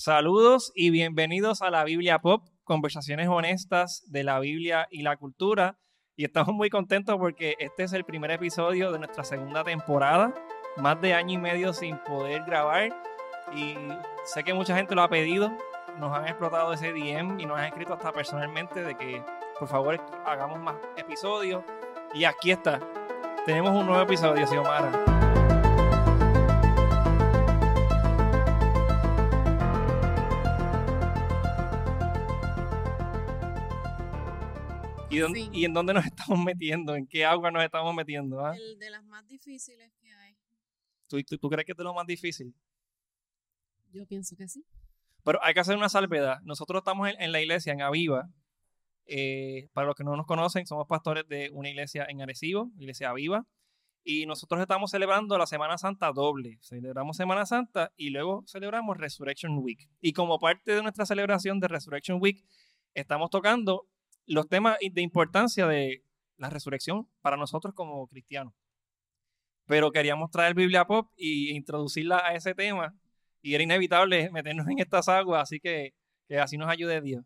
Saludos y bienvenidos a la Biblia Pop, conversaciones honestas de la Biblia y la cultura. Y estamos muy contentos porque este es el primer episodio de nuestra segunda temporada, más de año y medio sin poder grabar. Y sé que mucha gente lo ha pedido, nos han explotado ese DM y nos han escrito hasta personalmente de que por favor hagamos más episodios. Y aquí está, tenemos un nuevo episodio, Xiomara. ¿Y en dónde nos estamos metiendo? ¿En qué agua nos estamos metiendo? El de las más difíciles que hay. ¿Tú crees que es de lo más difícil? Yo pienso que sí. Pero hay que hacer una salvedad. Nosotros estamos en la iglesia, en Aviva. Para los que no nos conocen, somos pastores de una iglesia en Arecibo, Iglesia Aviva. Y nosotros estamos celebrando la Semana Santa doble. Celebramos Semana Santa y luego celebramos Resurrection Week. Y como parte de nuestra celebración de Resurrection Week, estamos tocando los temas de importancia de la resurrección para nosotros como cristianos. Pero queríamos traer Biblia Pop e introducirla a ese tema y era inevitable meternos en estas aguas, así que así nos ayude Dios.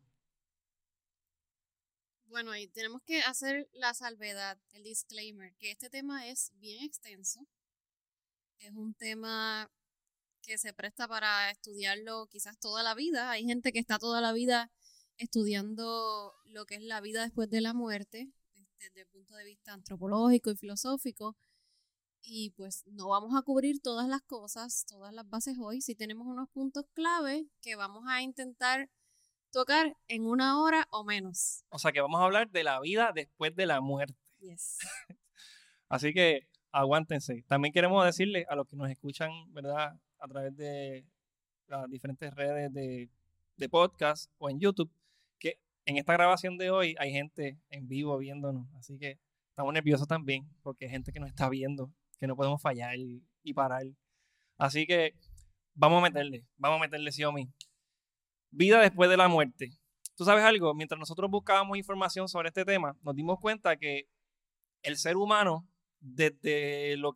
Bueno, y tenemos que hacer la salvedad, el disclaimer, que este tema es bien extenso. Es un tema que se presta para estudiarlo quizás toda la vida. Hay gente que está toda la vida estudiando lo que es la vida después de la muerte, desde el punto de vista antropológico y filosófico, y pues no vamos a cubrir todas las cosas, todas las bases hoy. Sí tenemos unos puntos clave que vamos a intentar tocar en 1 hora o menos. O sea que vamos a hablar de la vida después de la muerte. Yes. Así que aguántense. También queremos decirle a los que nos escuchan, ¿verdad?, a través de las diferentes redes de podcast o en YouTube, que en esta grabación de hoy hay gente en vivo viéndonos, así que estamos nerviosos también porque hay gente que nos está viendo, que no podemos fallar y parar. Así que vamos a meterle, Xiomi. Vida después de la muerte. ¿Tú sabes algo? Mientras nosotros buscábamos información sobre este tema, nos dimos cuenta que el ser humano, desde los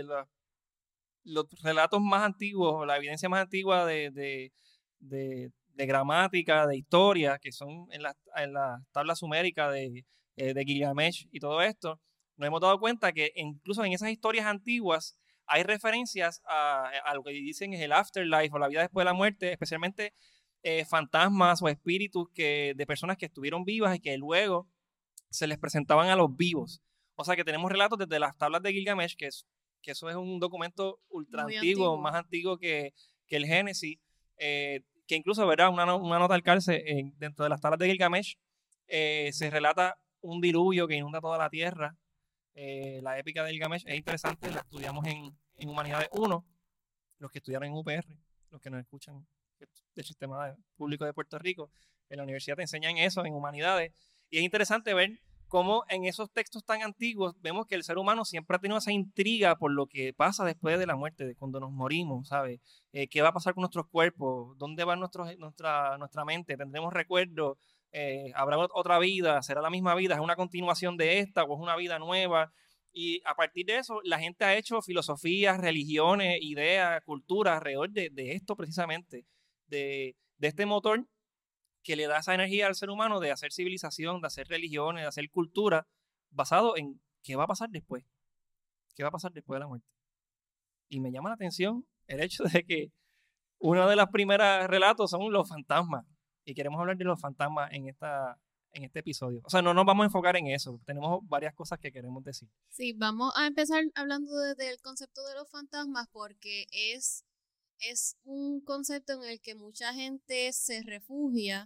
relatos más antiguos, la evidencia más antigua de gramática, de historia, que son en la tabla sumérica de Gilgamesh y todo esto, nos hemos dado cuenta que incluso en esas historias antiguas hay referencias a lo que dicen es el afterlife o la vida después de la muerte, especialmente fantasmas o espíritus de personas que estuvieron vivas y que luego se les presentaban a los vivos. O sea que tenemos relatos desde las tablas de Gilgamesh, que eso es un documento ultra antiguo, más antiguo que el Génesis, que incluso, ¿verdad?, una nota al calce, dentro de las tablas de Gilgamesh se relata un diluvio que inunda toda la tierra. La épica de Gilgamesh es interesante, la estudiamos en Humanidades 1, los que estudiaron en UPR, los que nos escuchan del Sistema Público de Puerto Rico, en la universidad te enseñan eso en Humanidades, y es interesante ver cómo en esos textos tan antiguos vemos que el ser humano siempre ha tenido esa intriga por lo que pasa después de la muerte, de cuando nos morimos, ¿sabes? ¿Qué va a pasar con nuestros cuerpos? ¿Dónde va nuestra mente? ¿Tendremos recuerdos? ¿Habrá otra vida? ¿Será la misma vida? ¿Es una continuación de esta o es una vida nueva? Y a partir de eso, la gente ha hecho filosofías, religiones, ideas, culturas alrededor de esto precisamente, de este motor que le da esa energía al ser humano de hacer civilización, de hacer religiones, de hacer cultura, basado en qué va a pasar después. ¿Qué va a pasar después de la muerte? Y me llama la atención el hecho de que uno de los primeros relatos son los fantasmas. Y queremos hablar de los fantasmas en este episodio. O sea, no nos vamos a enfocar en eso. Tenemos varias cosas que queremos decir. Sí, vamos a empezar hablando del concepto de los fantasmas porque es un concepto en el que mucha gente se refugia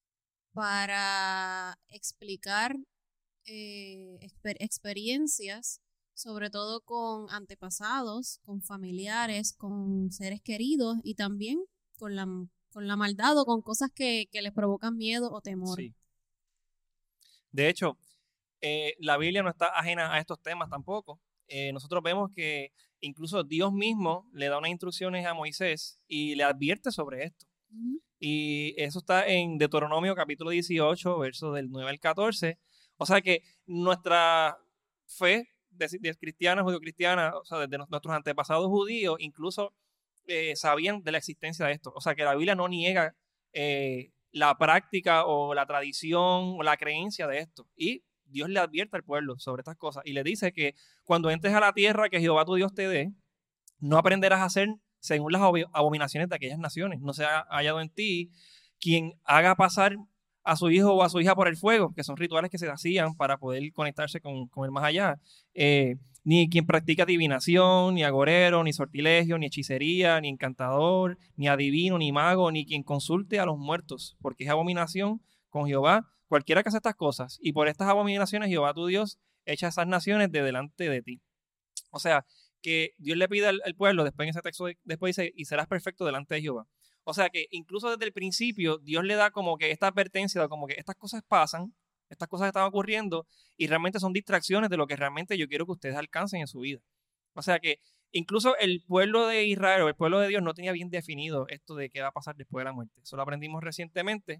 para explicar experiencias, sobre todo con antepasados, con familiares, con seres queridos y también con la maldad o con cosas que les provocan miedo o temor. Sí. De hecho, la Biblia no está ajena a estos temas tampoco. Nosotros vemos que incluso Dios mismo le da unas instrucciones a Moisés y le advierte sobre esto. Uh-huh. Y eso está en Deuteronomio capítulo 18, versos del 9 al 14. O sea que nuestra fe de cristiana, judio-cristiana, o sea, desde nuestros antepasados judíos, incluso sabían de la existencia de esto. O sea, que la Biblia no niega la práctica o la tradición o la creencia de esto. Y Dios le advierte al pueblo sobre estas cosas y le dice que cuando entres a la tierra que Jehová tu Dios te dé, no aprenderás a hacer según las abominaciones de aquellas naciones. No se ha hallado en ti quien haga pasar a su hijo o a su hija por el fuego, que son rituales que se hacían para poder conectarse con el más allá. Ni quien practica adivinación, ni agorero, ni sortilegio, ni hechicería, ni encantador, ni adivino, ni mago, ni quien consulte a los muertos, porque es abominación con Jehová cualquiera que hace estas cosas. Y por estas abominaciones Jehová tu Dios echa esas naciones de delante de ti. O sea, que Dios le pide al pueblo, después en ese texto, después dice, y serás perfecto delante de Jehová. O sea que incluso desde el principio Dios le da como que esta advertencia, como que estas cosas pasan, estas cosas están ocurriendo y realmente son distracciones de lo que realmente yo quiero que ustedes alcancen en su vida. O sea que incluso el pueblo de Israel o el pueblo de Dios no tenía bien definido esto de qué va a pasar después de la muerte. Eso lo aprendimos recientemente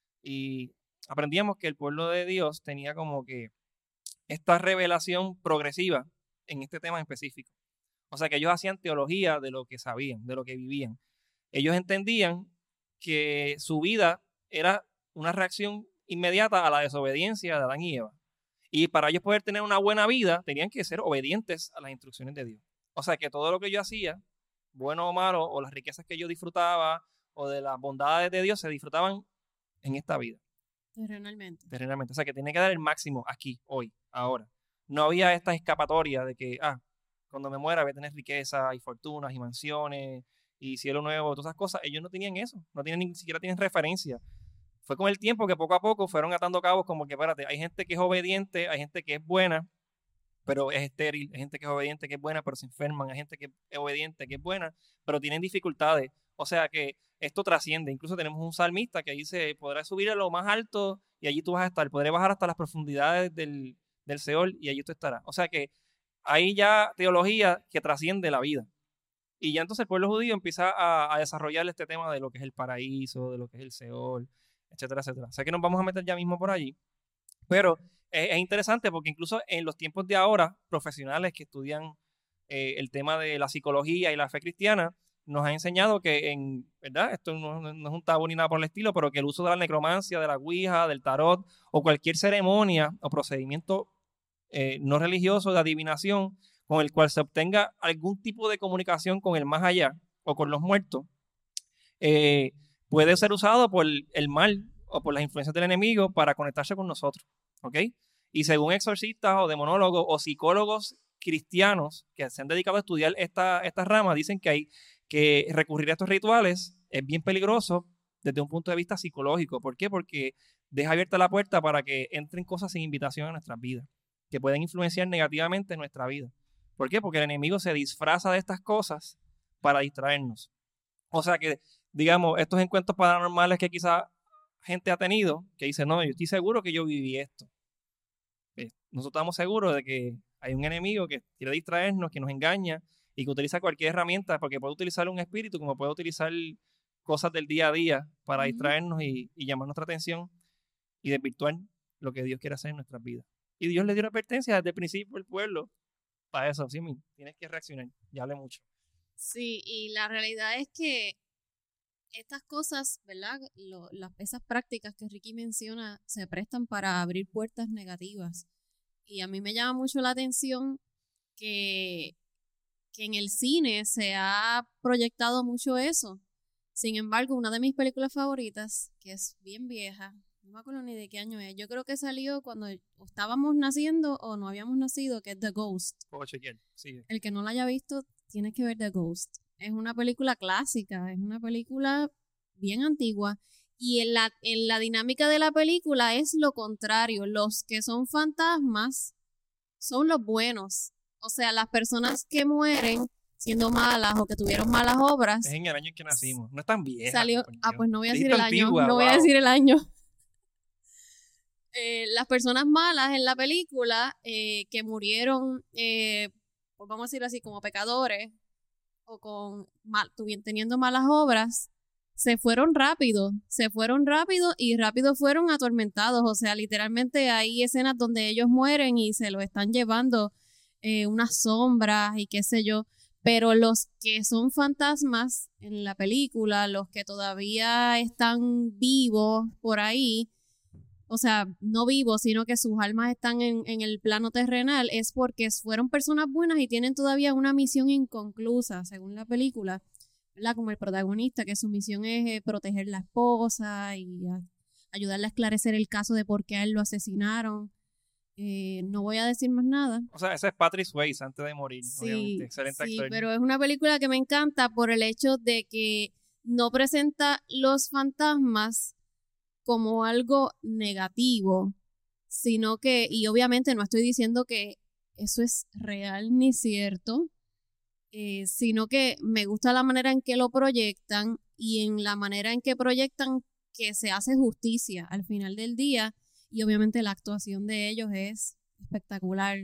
y aprendíamos que el pueblo de Dios tenía como que esta revelación progresiva en este tema en específico. O sea que ellos hacían teología de lo que sabían, de lo que vivían. Ellos entendían que su vida era una reacción inmediata a la desobediencia de Adán y Eva. Y para ellos poder tener una buena vida, tenían que ser obedientes a las instrucciones de Dios. O sea que todo lo que yo hacía, bueno o malo, o las riquezas que yo disfrutaba, o de las bondades de Dios, se disfrutaban en esta vida. Terrenalmente. O sea que tiene que dar el máximo aquí, hoy, ahora. No había esta escapatoria de que, cuando me muera voy a tener riqueza y fortunas y mansiones y cielo nuevo, todas esas cosas. Ellos no tenían eso, ni siquiera tienen referencia. Fue con el tiempo que poco a poco fueron atando cabos como que, espérate, hay gente que es obediente, hay gente que es buena, pero es estéril, hay gente que es obediente, que es buena, pero se enferman, hay gente que es obediente, que es buena, pero tienen dificultades. O sea que esto trasciende. Incluso tenemos un salmista que dice, podrás subir a lo más alto y allí tú vas a estar, podré bajar hasta las profundidades del Seol y allí tú estarás. O sea que hay ya teología que trasciende la vida. Y ya entonces el pueblo judío empieza a desarrollar este tema de lo que es el paraíso, de lo que es el Seol, etcétera, etcétera. O sea que nos vamos a meter ya mismo por allí. Pero es interesante porque incluso en los tiempos de ahora, profesionales que estudian el tema de la psicología y la fe cristiana, nos ha enseñado que, ¿verdad? Esto no es un tabú ni nada por el estilo, pero que el uso de la necromancia, de la ouija, del tarot o cualquier ceremonia o procedimiento no religioso de adivinación con el cual se obtenga algún tipo de comunicación con el más allá o con los muertos, puede ser usado por el mal o por las influencias del enemigo para conectarse con nosotros, ¿ok? Y según exorcistas o demonólogos o psicólogos cristianos que se han dedicado a estudiar esta rama, dicen que recurrir a estos rituales es bien peligroso desde un punto de vista psicológico. ¿Por qué? Porque deja abierta la puerta para que entren cosas sin invitación a nuestras vidas, que pueden influenciar negativamente en nuestra vida. ¿Por qué? Porque el enemigo se disfraza de estas cosas para distraernos. O sea que, digamos, estos encuentros paranormales que quizá gente ha tenido, que dice, no, yo estoy seguro que yo viví esto. Nosotros estamos seguros de que hay un enemigo que quiere distraernos, que nos engaña y que utiliza cualquier herramienta, porque puede utilizar un espíritu como puede utilizar cosas del día a día para distraernos y llamar nuestra atención y desvirtuar lo que Dios quiere hacer en nuestras vidas. Y Dios le dio una advertencia desde el principio al pueblo para eso. Sí, tienes que reaccionar. Ya hablé mucho. Sí, y la realidad es que estas cosas, ¿verdad? Esas prácticas que Ricky menciona se prestan para abrir puertas negativas. Y a mí me llama mucho la atención que en el cine se ha proyectado mucho eso. Sin embargo, una de mis películas favoritas, que es bien vieja, no me acuerdo ni de qué año es, yo creo que salió cuando estábamos naciendo o no habíamos nacido, que es The Ghost. Puedo chequear, sí. El que no la haya visto, tiene que ver The Ghost. Es una película clásica, es una película bien antigua. Y en la dinámica de la película es lo contrario. Los que son fantasmas son los buenos. O sea, las personas que mueren siendo malas o que tuvieron malas obras. Es en el año en que nacimos. No es tan vieja. Pues no voy a decir el año. No voy a decir el año. Las personas malas en la película que murieron, pues vamos a decirlo así, como pecadores o teniendo malas obras, se fueron rápido y rápido fueron atormentados. O sea, literalmente hay escenas donde ellos mueren y se lo están llevando unas sombras y qué sé yo. Pero los que son fantasmas en la película, los que todavía están vivos por ahí, o sea, no vivos, sino que sus almas están en el plano terrenal, es porque fueron personas buenas y tienen todavía una misión inconclusa, según la película, ¿verdad? Como el protagonista, que su misión es proteger la esposa y ayudarle a esclarecer el caso de por qué a él lo asesinaron. No voy a decir más nada. O sea, ese es Patrick Swayze antes de morir, Sí, obviamente. Excelente sí, actor. pero es una película que me encanta por el hecho de que no presenta los fantasmas como algo negativo, sino que, y obviamente no estoy diciendo que eso es real ni cierto, sino que me gusta la manera en que lo proyectan y en la manera en que proyectan que se hace justicia al final del día, y obviamente la actuación de ellos es espectacular.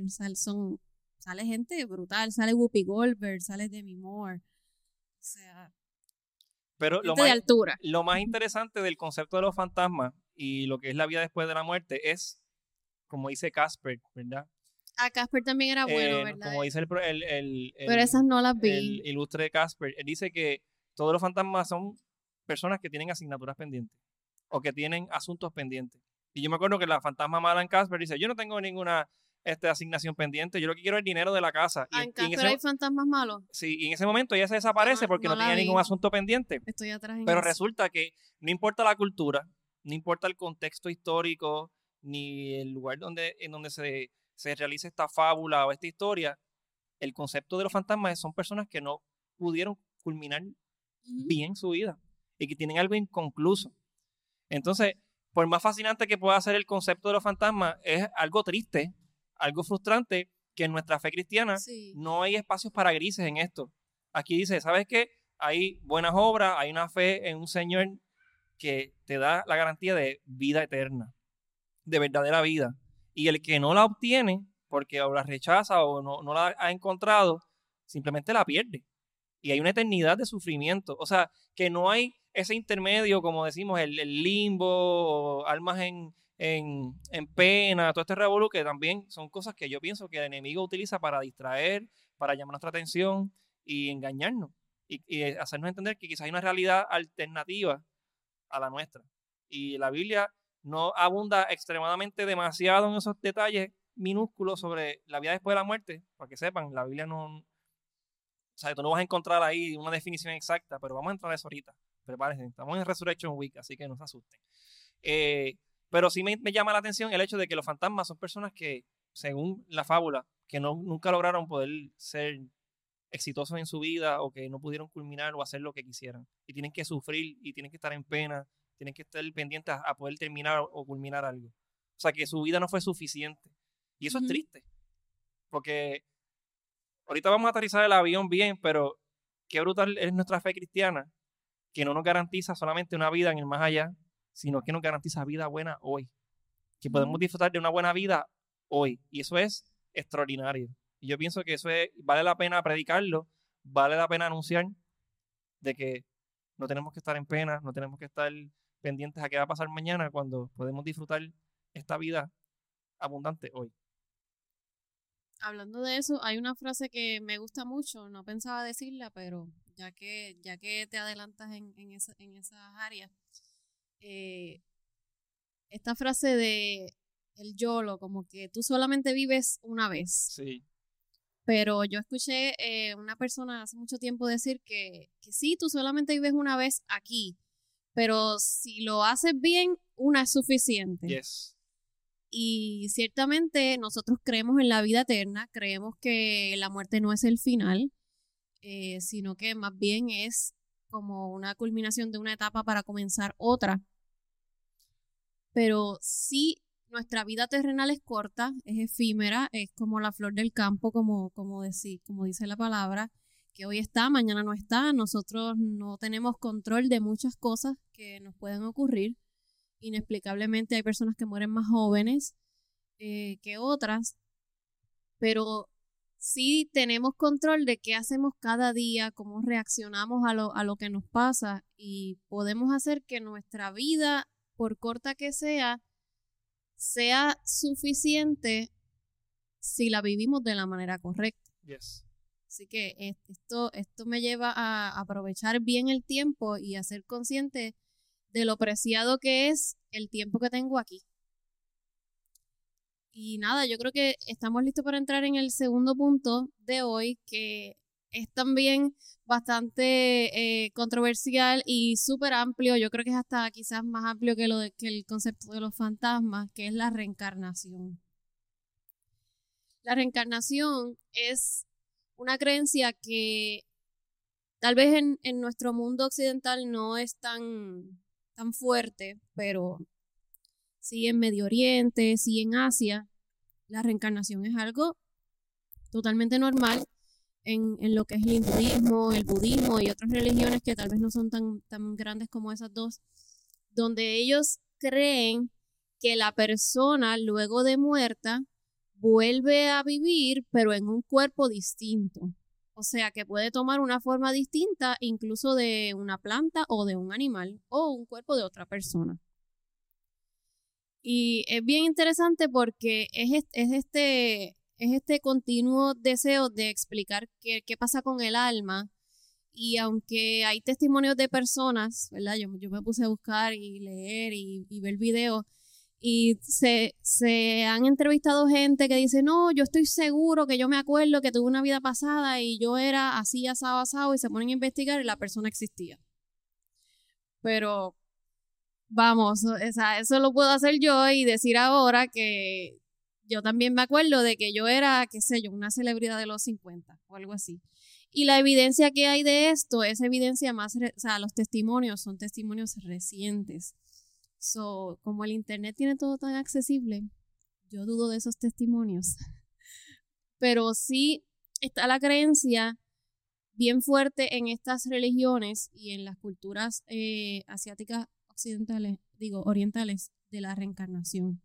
Sale gente brutal, sale Whoopi Goldberg, sale Demi Moore, o sea, Pero gente de altura. Lo más interesante del concepto de los fantasmas y lo que es la vida después de la muerte es, como dice Casper, ¿verdad? Casper también era bueno, ¿verdad? Como dice pero esas no las vi. el ilustre Casper, él dice que todos los fantasmas son personas que tienen asignaturas pendientes o que tienen asuntos pendientes. Y yo me acuerdo que la fantasma mala en Casper dice, yo no tengo ninguna asignación pendiente, yo lo que quiero es el dinero de la casa. En Casper hay fantasmas malos. Sí, y en ese momento ella se desaparece porque no tenía ningún asunto pendiente. Estoy atrás en Pero eso. resulta que no importa la cultura, no importa el contexto histórico, ni el lugar en donde se realiza esta fábula o esta historia, el concepto de los fantasmas son personas que no pudieron culminar bien su vida y que tienen algo inconcluso. Entonces, por más fascinante que pueda ser el concepto de los fantasmas, es algo triste, algo frustrante, que en nuestra fe cristiana no hay espacios para grises en esto. Aquí dice, ¿sabes qué? Hay buenas obras, hay una fe en un Señor que te da la garantía de vida eterna, de verdadera vida. Y el que no la obtiene, porque o la rechaza o no la ha encontrado, simplemente la pierde. Y hay una eternidad de sufrimiento. O sea, que no hay ese intermedio, como decimos, el limbo, o almas en pena, todo este revolú, que también son cosas que yo pienso que el enemigo utiliza para distraer, para llamar nuestra atención y engañarnos. Y hacernos entender que quizás hay una realidad alternativa a la nuestra. Y la Biblia no abunda extremadamente demasiado en esos detalles minúsculos sobre la vida después de la muerte. Para que sepan, la Biblia no... O sea, tú no vas a encontrar ahí una definición exacta, pero vamos a entrar a eso ahorita. Prepárense, estamos en Resurrection Week, así que no se asusten. Pero sí me llama la atención el hecho de que los fantasmas son personas que, según la fábula, que nunca lograron poder ser exitosos en su vida o que no pudieron culminar o hacer lo que quisieran. Y tienen que sufrir y tienen que estar en pena, tienen que estar pendientes a poder terminar o culminar algo. O sea, que su vida no fue suficiente. Y eso es triste. Porque ahorita vamos a aterrizar el avión bien, pero qué brutal es nuestra fe cristiana, que no nos garantiza solamente una vida en el más allá, sino que nos garantiza vida buena hoy. Que podemos disfrutar de una buena vida hoy. Y eso es extraordinario. Y yo pienso que vale la pena predicarlo, vale la pena anunciar de que no tenemos que estar en pena, no tenemos que estar pendientes a qué va a pasar mañana cuando podemos disfrutar esta vida abundante hoy. Hablando de eso, hay una frase que me gusta mucho, no pensaba decirla, pero ya que te adelantas en esas áreas, esta frase de el YOLO, como que tú solamente vives una vez. Sí. Pero yo escuché una persona hace mucho tiempo decir que sí, tú solamente vives una vez aquí, pero si lo haces bien, una es suficiente. Yes. Y ciertamente nosotros creemos en la vida eterna, creemos que la muerte no es el final, sino que más bien es como una culminación de una etapa para comenzar otra. Pero sí, nuestra vida terrenal es corta, es efímera, es como la flor del campo, como dice la palabra, que hoy está, mañana no está. Nosotros no tenemos control de muchas cosas que nos pueden ocurrir. Inexplicablemente hay personas que mueren más jóvenes que otras, pero sí tenemos control de qué hacemos cada día, cómo reaccionamos a lo que nos pasa, y podemos hacer que nuestra vida, por corta que sea suficiente si la vivimos de la manera correcta. Yes. Así que esto me lleva a aprovechar bien el tiempo y a ser consciente de lo preciado que es el tiempo que tengo aquí. Y nada, yo creo que estamos listos para entrar en el segundo punto de hoy, que es también bastante controversial y súper amplio. Yo creo que es hasta quizás más amplio que que el concepto de los fantasmas, que es la reencarnación. La reencarnación es una creencia que tal vez en nuestro mundo occidental no es tan fuerte, pero sí en Medio Oriente, sí en Asia, la reencarnación es algo totalmente normal en lo que es el hinduismo, el budismo y otras religiones que tal vez no son tan grandes como esas dos, donde ellos creen que la persona luego de muerta vuelve a vivir, pero en un cuerpo distinto. O sea, que puede tomar una forma distinta incluso de una planta o de un animal o un cuerpo de otra persona. Y es bien interesante porque es este continuo deseo de explicar qué pasa con el alma. Y aunque hay testimonios de personas, ¿verdad? Yo me puse a buscar y leer y ver videos. Y se han entrevistado gente que dice, no, yo estoy seguro que yo me acuerdo que tuve una vida pasada y yo era así, asado, asado, y se ponen a investigar y la persona existía. Pero, vamos, o sea, eso lo puedo hacer yo y decir ahora que yo también me acuerdo de que yo era, qué sé yo, una celebridad de los 50 o algo así. Y la evidencia que hay de esto es evidencia más, o sea, los testimonios son testimonios recientes. So, como el internet tiene todo tan accesible, yo dudo de esos testimonios. Pero sí está la creencia bien fuerte en estas religiones y en las culturas asiáticas orientales de la reencarnación.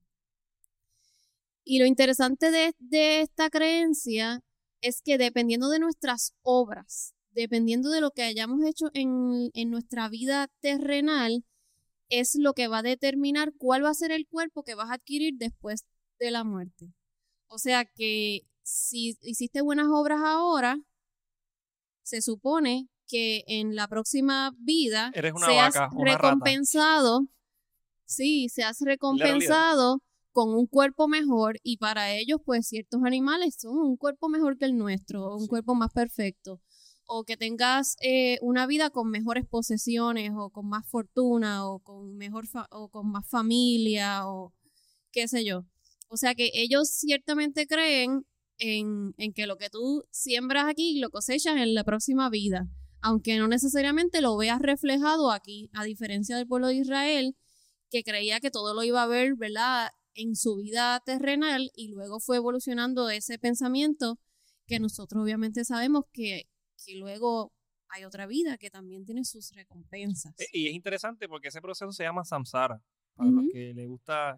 Y lo interesante de esta creencia es que dependiendo de nuestras obras, dependiendo de lo que hayamos hecho en nuestra vida terrenal, es lo que va a determinar cuál va a ser el cuerpo que vas a adquirir después de la muerte. O sea que si hiciste buenas obras ahora, se supone que en la próxima vida Eres una seas vaca, una recompensado, rata. sí, seas recompensado con un cuerpo mejor, y para ellos pues ciertos animales son un cuerpo mejor que el nuestro, un cuerpo más perfecto. O que tengas una vida con mejores posesiones, o con más fortuna, o con o con más familia, o qué sé yo. O sea que ellos ciertamente creen en que lo que tú siembras aquí lo cosechas en la próxima vida, aunque no necesariamente lo veas reflejado aquí, a diferencia del pueblo de Israel, que creía que todo lo iba a ver, ¿verdad?, en su vida terrenal, y luego fue evolucionando ese pensamiento que nosotros obviamente sabemos que luego hay otra vida que también tiene sus recompensas. Y es interesante porque ese proceso se llama samsara. Para los que les gusta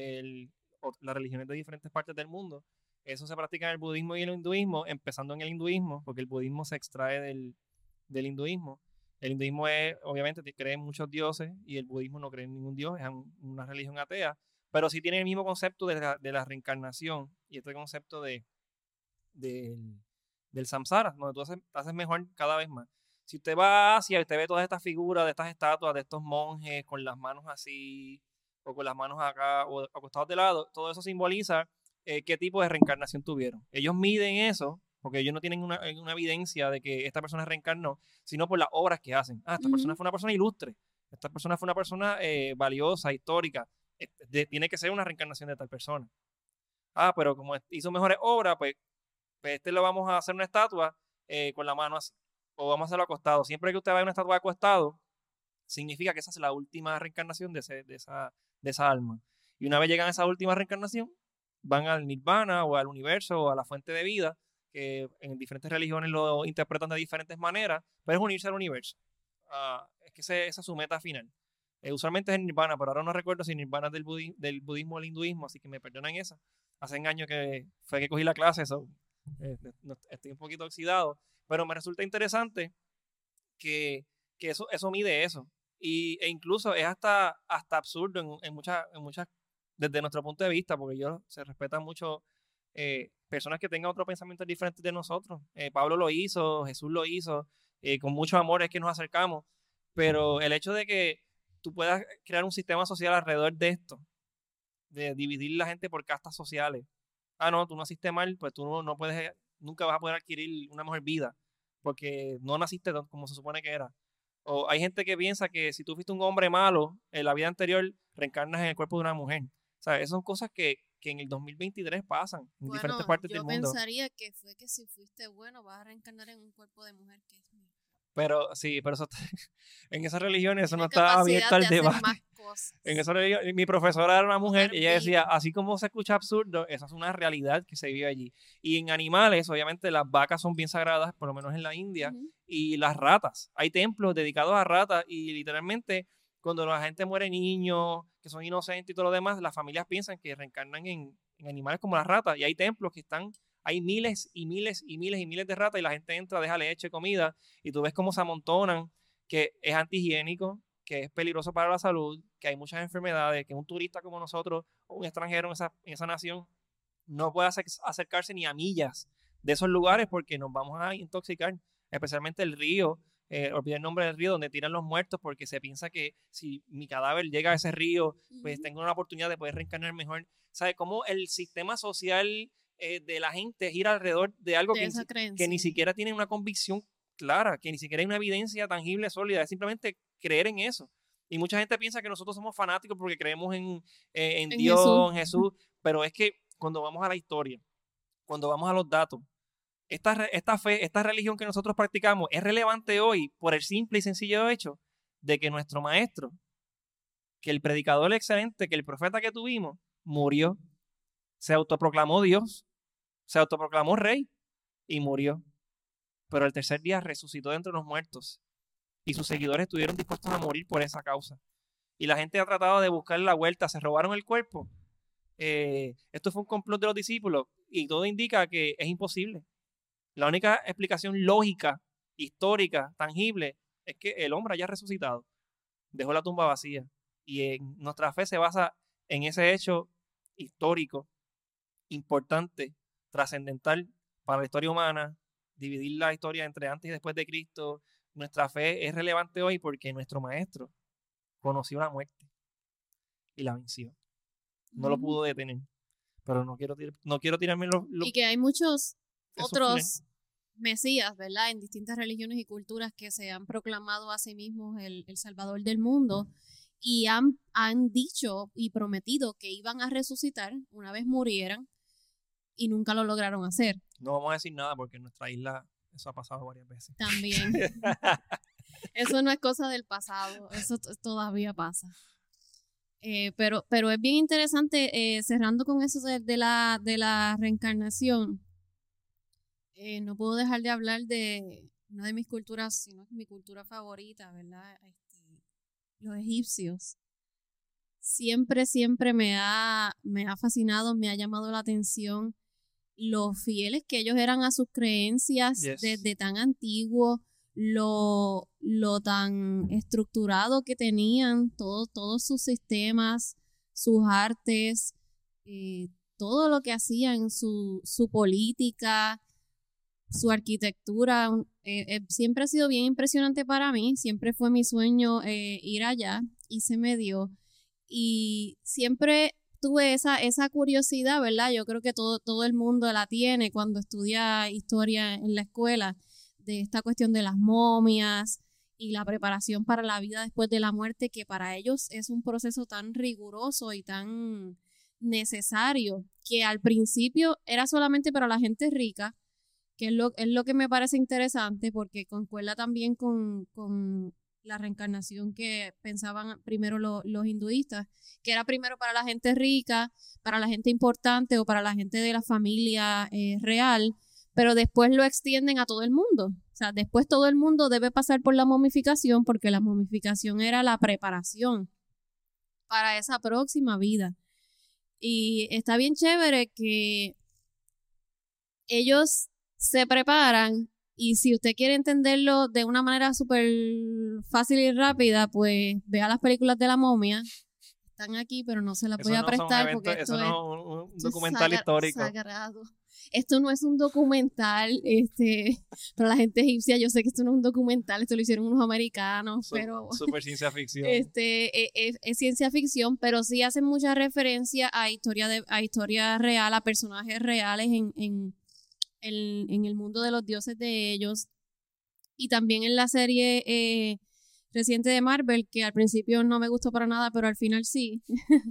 las religiones de diferentes partes del mundo, eso se practica en el budismo y el hinduismo, empezando en el hinduismo, porque el budismo se extrae del hinduismo. El hinduismo obviamente cree en muchos dioses y el budismo no cree en ningún dios, es una religión atea, pero sí tiene el mismo concepto de la reencarnación y este concepto del samsara, donde tú haces mejor cada vez más. Si usted va a Asia y usted ve todas estas figuras de estas estatuas, de estos monjes con las manos así, o con las manos acá, o acostados de lado, todo eso simboliza qué tipo de reencarnación tuvieron. Ellos miden eso, porque ellos no tienen una evidencia de que esta persona reencarnó, sino por las obras que hacen. Esta persona fue una persona ilustre, esta persona fue una persona valiosa, histórica, tiene que ser una reencarnación de tal persona. Pero como hizo mejores obras, pues este lo vamos a hacer una estatua con la mano así, o vamos a hacerlo acostado. Siempre que usted vea una estatua acostado, significa que esa es la última reencarnación de esa alma. Y una vez llegan a esa última reencarnación, van al nirvana o al universo o a la fuente de vida, que en diferentes religiones lo interpretan de diferentes maneras, pero es unirse al universo. Es que esa es su meta final. Usualmente es el nirvana, pero ahora no recuerdo si nirvana es del budismo o el hinduismo, así que me perdonan esa. Hace años que fue que cogí la clase, estoy un poquito oxidado, pero me resulta interesante que eso mide eso. E incluso es hasta absurdo en muchas, desde nuestro punto de vista, porque se respeta mucho personas que tengan otro pensamiento diferente de nosotros. Pablo lo hizo, Jesús lo hizo, con mucho amor es que nos acercamos, pero el hecho de que tú puedas crear un sistema social alrededor de esto, de dividir la gente por castas sociales. No, tú naciste mal, pues tú no puedes, nunca vas a poder adquirir una mejor vida, porque no naciste como se supone que era. O hay gente que piensa que si tú fuiste un hombre malo en la vida anterior, reencarnas en el cuerpo de una mujer. O sea, esas son cosas que en el 2023 pasan en diferentes partes del mundo. Yo pensaría que fue que si fuiste bueno vas a reencarnar en un cuerpo de mujer que es mío. Pero sí, pero eso en esas religiones eso no está abierto al debate. En esa religión, mi profesora era una mujer y ella decía, así como se escucha absurdo, esa es una realidad que se vive allí. Y en animales, obviamente las vacas son bien sagradas, por lo menos en la India, y las ratas. Hay templos dedicados a ratas y literalmente cuando la gente muere niños, que son inocentes y todo lo demás, las familias piensan que reencarnan en animales como las ratas y hay templos que están... Hay miles y miles y miles y miles de ratas y la gente entra, deja leche, comida y tú ves cómo se amontonan, que es antihigiénico, que es peligroso para la salud, que hay muchas enfermedades, que un turista como nosotros o un extranjero en esa nación no puede acercarse ni a millas de esos lugares porque nos vamos a intoxicar, especialmente el río. Olvidé el nombre del río donde tiran los muertos porque se piensa que si mi cadáver llega a ese río, pues tengo una oportunidad de poder reencarnar mejor. ¿Sabe cómo el sistema social de la gente gira alrededor de algo que ni siquiera tiene una convicción clara, que ni siquiera hay una evidencia tangible, sólida, es simplemente creer en eso? Y mucha gente piensa que nosotros somos fanáticos porque creemos en Dios, en Jesús, pero es que cuando vamos a la historia, cuando vamos a los datos, esta fe, esta religión que nosotros practicamos es relevante hoy por el simple y sencillo hecho de que nuestro maestro, que el predicador excelente, que el profeta que tuvimos, murió, se autoproclamó Dios, se autoproclamó rey y murió. Pero el tercer día resucitó de entre los muertos y sus seguidores estuvieron dispuestos a morir por esa causa. Y la gente ha tratado de buscarle la vuelta, se robaron el cuerpo. Esto fue un complot de los discípulos y todo indica que es imposible. La única explicación lógica, histórica, tangible, es que el hombre haya resucitado, dejó la tumba vacía. Y nuestra fe se basa en ese hecho histórico, importante, trascendental para la historia humana, dividir la historia entre antes y después de Cristo. Nuestra fe es relevante hoy porque nuestro maestro conoció la muerte y la venció. No lo pudo detener. Pero no quiero tirarme y que hay muchos otros mesías, ¿verdad? En distintas religiones y culturas que se han proclamado a sí mismos el Salvador del mundo y han dicho y prometido que iban a resucitar una vez murieran y nunca lo lograron hacer. No vamos a decir nada porque en nuestra isla eso ha pasado varias veces. También. Eso no es cosa del pasado, eso todavía pasa. Pero es bien interesante, cerrando con eso de la reencarnación, no puedo dejar de hablar de una de mis culturas, sino mi cultura favorita, ¿verdad? Los egipcios. Siempre me ha fascinado, me ha llamado la atención lo fieles que ellos eran a sus creencias desde tan antiguo, lo tan estructurado que tenían todos sus sistemas, sus artes, todo lo que hacían, su política, su arquitectura. Siempre ha sido bien impresionante para mí, siempre fue mi sueño ir allá y se me dio. Y siempre tuve esa curiosidad, ¿verdad? Yo creo que todo el mundo la tiene cuando estudia historia en la escuela, de esta cuestión de las momias y la preparación para la vida después de la muerte, que para ellos es un proceso tan riguroso y tan necesario, que al principio era solamente para la gente rica, que es lo que me parece interesante, porque concuerda también con la reencarnación que pensaban primero los hinduistas, que era primero para la gente rica, para la gente importante o para la gente de la familia real, pero después lo extienden a todo el mundo. O sea, después todo el mundo debe pasar por la momificación, porque la momificación era la preparación para esa próxima vida. Y está bien chévere que ellos se preparan. Y si usted quiere entenderlo de una manera súper fácil y rápida, pues vea las películas de la momia. Están aquí, pero no se las voy a prestar porque eso no es un documental histórico. Sagrado. esto no es un documental, para la gente egipcia, yo sé que esto no es un documental, esto lo hicieron unos americanos, pero Super ciencia ficción. Es ciencia ficción, pero sí hacen mucha referencia a historia real, a personajes reales en el mundo de los dioses de ellos. Y también en la serie reciente de Marvel, que al principio no me gustó para nada, pero al final sí.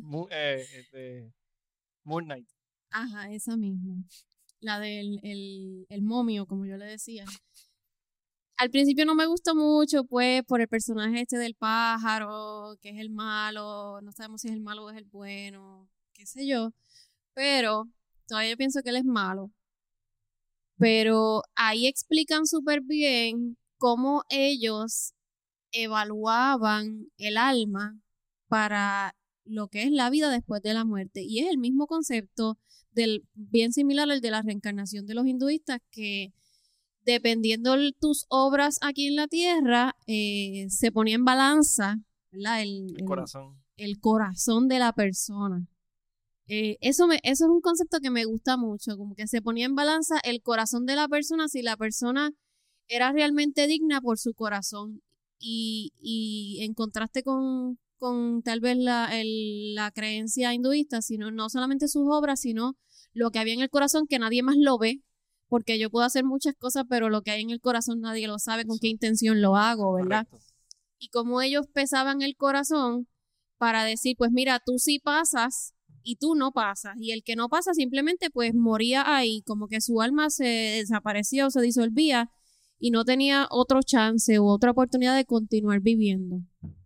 Moon Knight. Ajá, esa misma. La del el momio, como yo le decía. Al principio no me gustó mucho, pues, por el personaje del pájaro, que es el malo. No sabemos si es el malo o es el bueno, qué sé yo. Pero todavía pienso que él es malo. Pero ahí explican súper bien cómo ellos evaluaban el alma para lo que es la vida después de la muerte. Y es el mismo concepto bien similar al de la reencarnación de los hinduistas, que dependiendo de tus obras aquí en la tierra, se ponía en balanza, ¿verdad? El corazón de la persona. Eso es un concepto que me gusta mucho, como que se ponía en balanza el corazón de la persona, si la persona era realmente digna por su corazón, y en contraste con tal vez la creencia hinduista, sino no solamente sus obras, sino lo que había en el corazón, que nadie más lo ve, porque yo puedo hacer muchas cosas, pero lo que hay en el corazón nadie lo sabe, con qué intención lo hago, ¿verdad? Correcto. Y como ellos pesaban el corazón para decir, pues mira, tú sí pasas y tú no pasas, y el que no pasa simplemente pues moría ahí, como que su alma se desapareció, se disolvía y no tenía otro chance u otra oportunidad de continuar viviendo.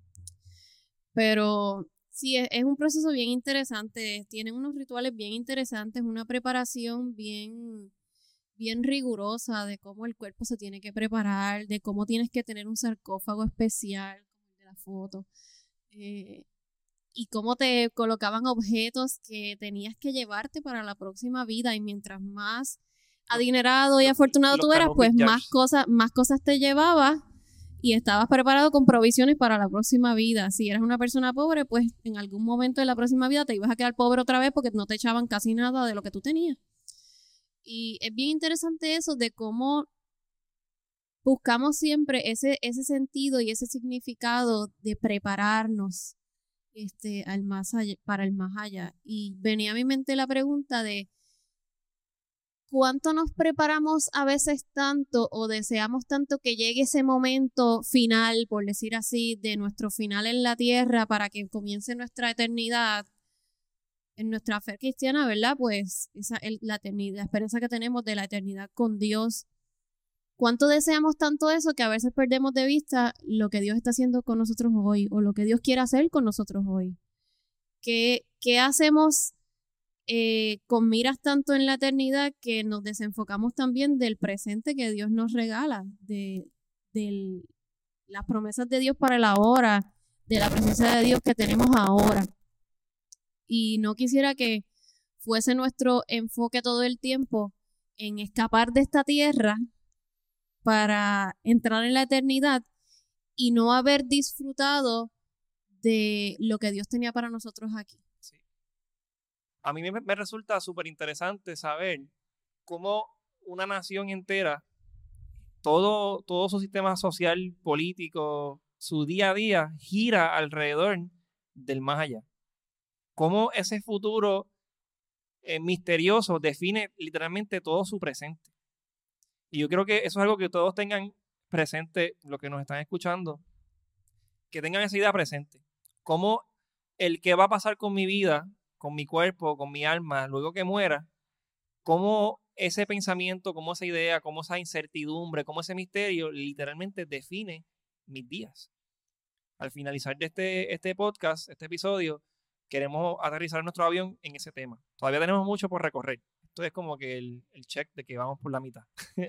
Pero sí, es un proceso bien interesante, tienen unos rituales bien interesantes, una preparación bien rigurosa de cómo el cuerpo se tiene que preparar, de cómo tienes que tener un sarcófago especial, como el de la foto, y cómo te colocaban objetos que tenías que llevarte para la próxima vida, y mientras más adinerado y afortunado tú eras, pues más cosas te llevabas y estabas preparado con provisiones para la próxima vida. Si eras una persona pobre, pues en algún momento de la próxima vida te ibas a quedar pobre otra vez porque no te echaban casi nada de lo que tú tenías. Y es bien interesante eso de cómo buscamos siempre ese sentido y ese significado de prepararnos al más allá, para el más allá. Y venía a mi mente la pregunta de ¿cuánto nos preparamos a veces tanto o deseamos tanto que llegue ese momento final, por decir así, de nuestro final en la tierra para que comience nuestra eternidad? En nuestra fe cristiana, ¿verdad? Pues la eternidad, la esperanza que tenemos de la eternidad con Dios. ¿Cuánto deseamos tanto eso que a veces perdemos de vista lo que Dios está haciendo con nosotros hoy o lo que Dios quiere hacer con nosotros hoy? ¿Qué hacemos con miras tanto en la eternidad que nos desenfocamos también del presente que Dios nos regala, de las promesas de Dios para el ahora, de la presencia de Dios que tenemos ahora? Y no quisiera que fuese nuestro enfoque todo el tiempo en escapar de esta tierra para entrar en la eternidad y no haber disfrutado de lo que Dios tenía para nosotros aquí. Sí. A mí me resulta súper interesante saber cómo una nación entera, todo su sistema social, político, su día a día gira alrededor del más allá. Cómo ese futuro misterioso define literalmente todo su presente. Y yo creo que eso es algo que todos tengan presente, los que nos están escuchando, que tengan esa idea presente. Cómo el que va a pasar con mi vida, con mi cuerpo, con mi alma, luego que muera, cómo ese pensamiento, cómo esa idea, cómo esa incertidumbre, cómo ese misterio literalmente define mis días. Al finalizar de este podcast, este episodio, queremos aterrizar nuestro avión en ese tema. Todavía tenemos mucho por recorrer. Esto es como que el check de que vamos por la mitad.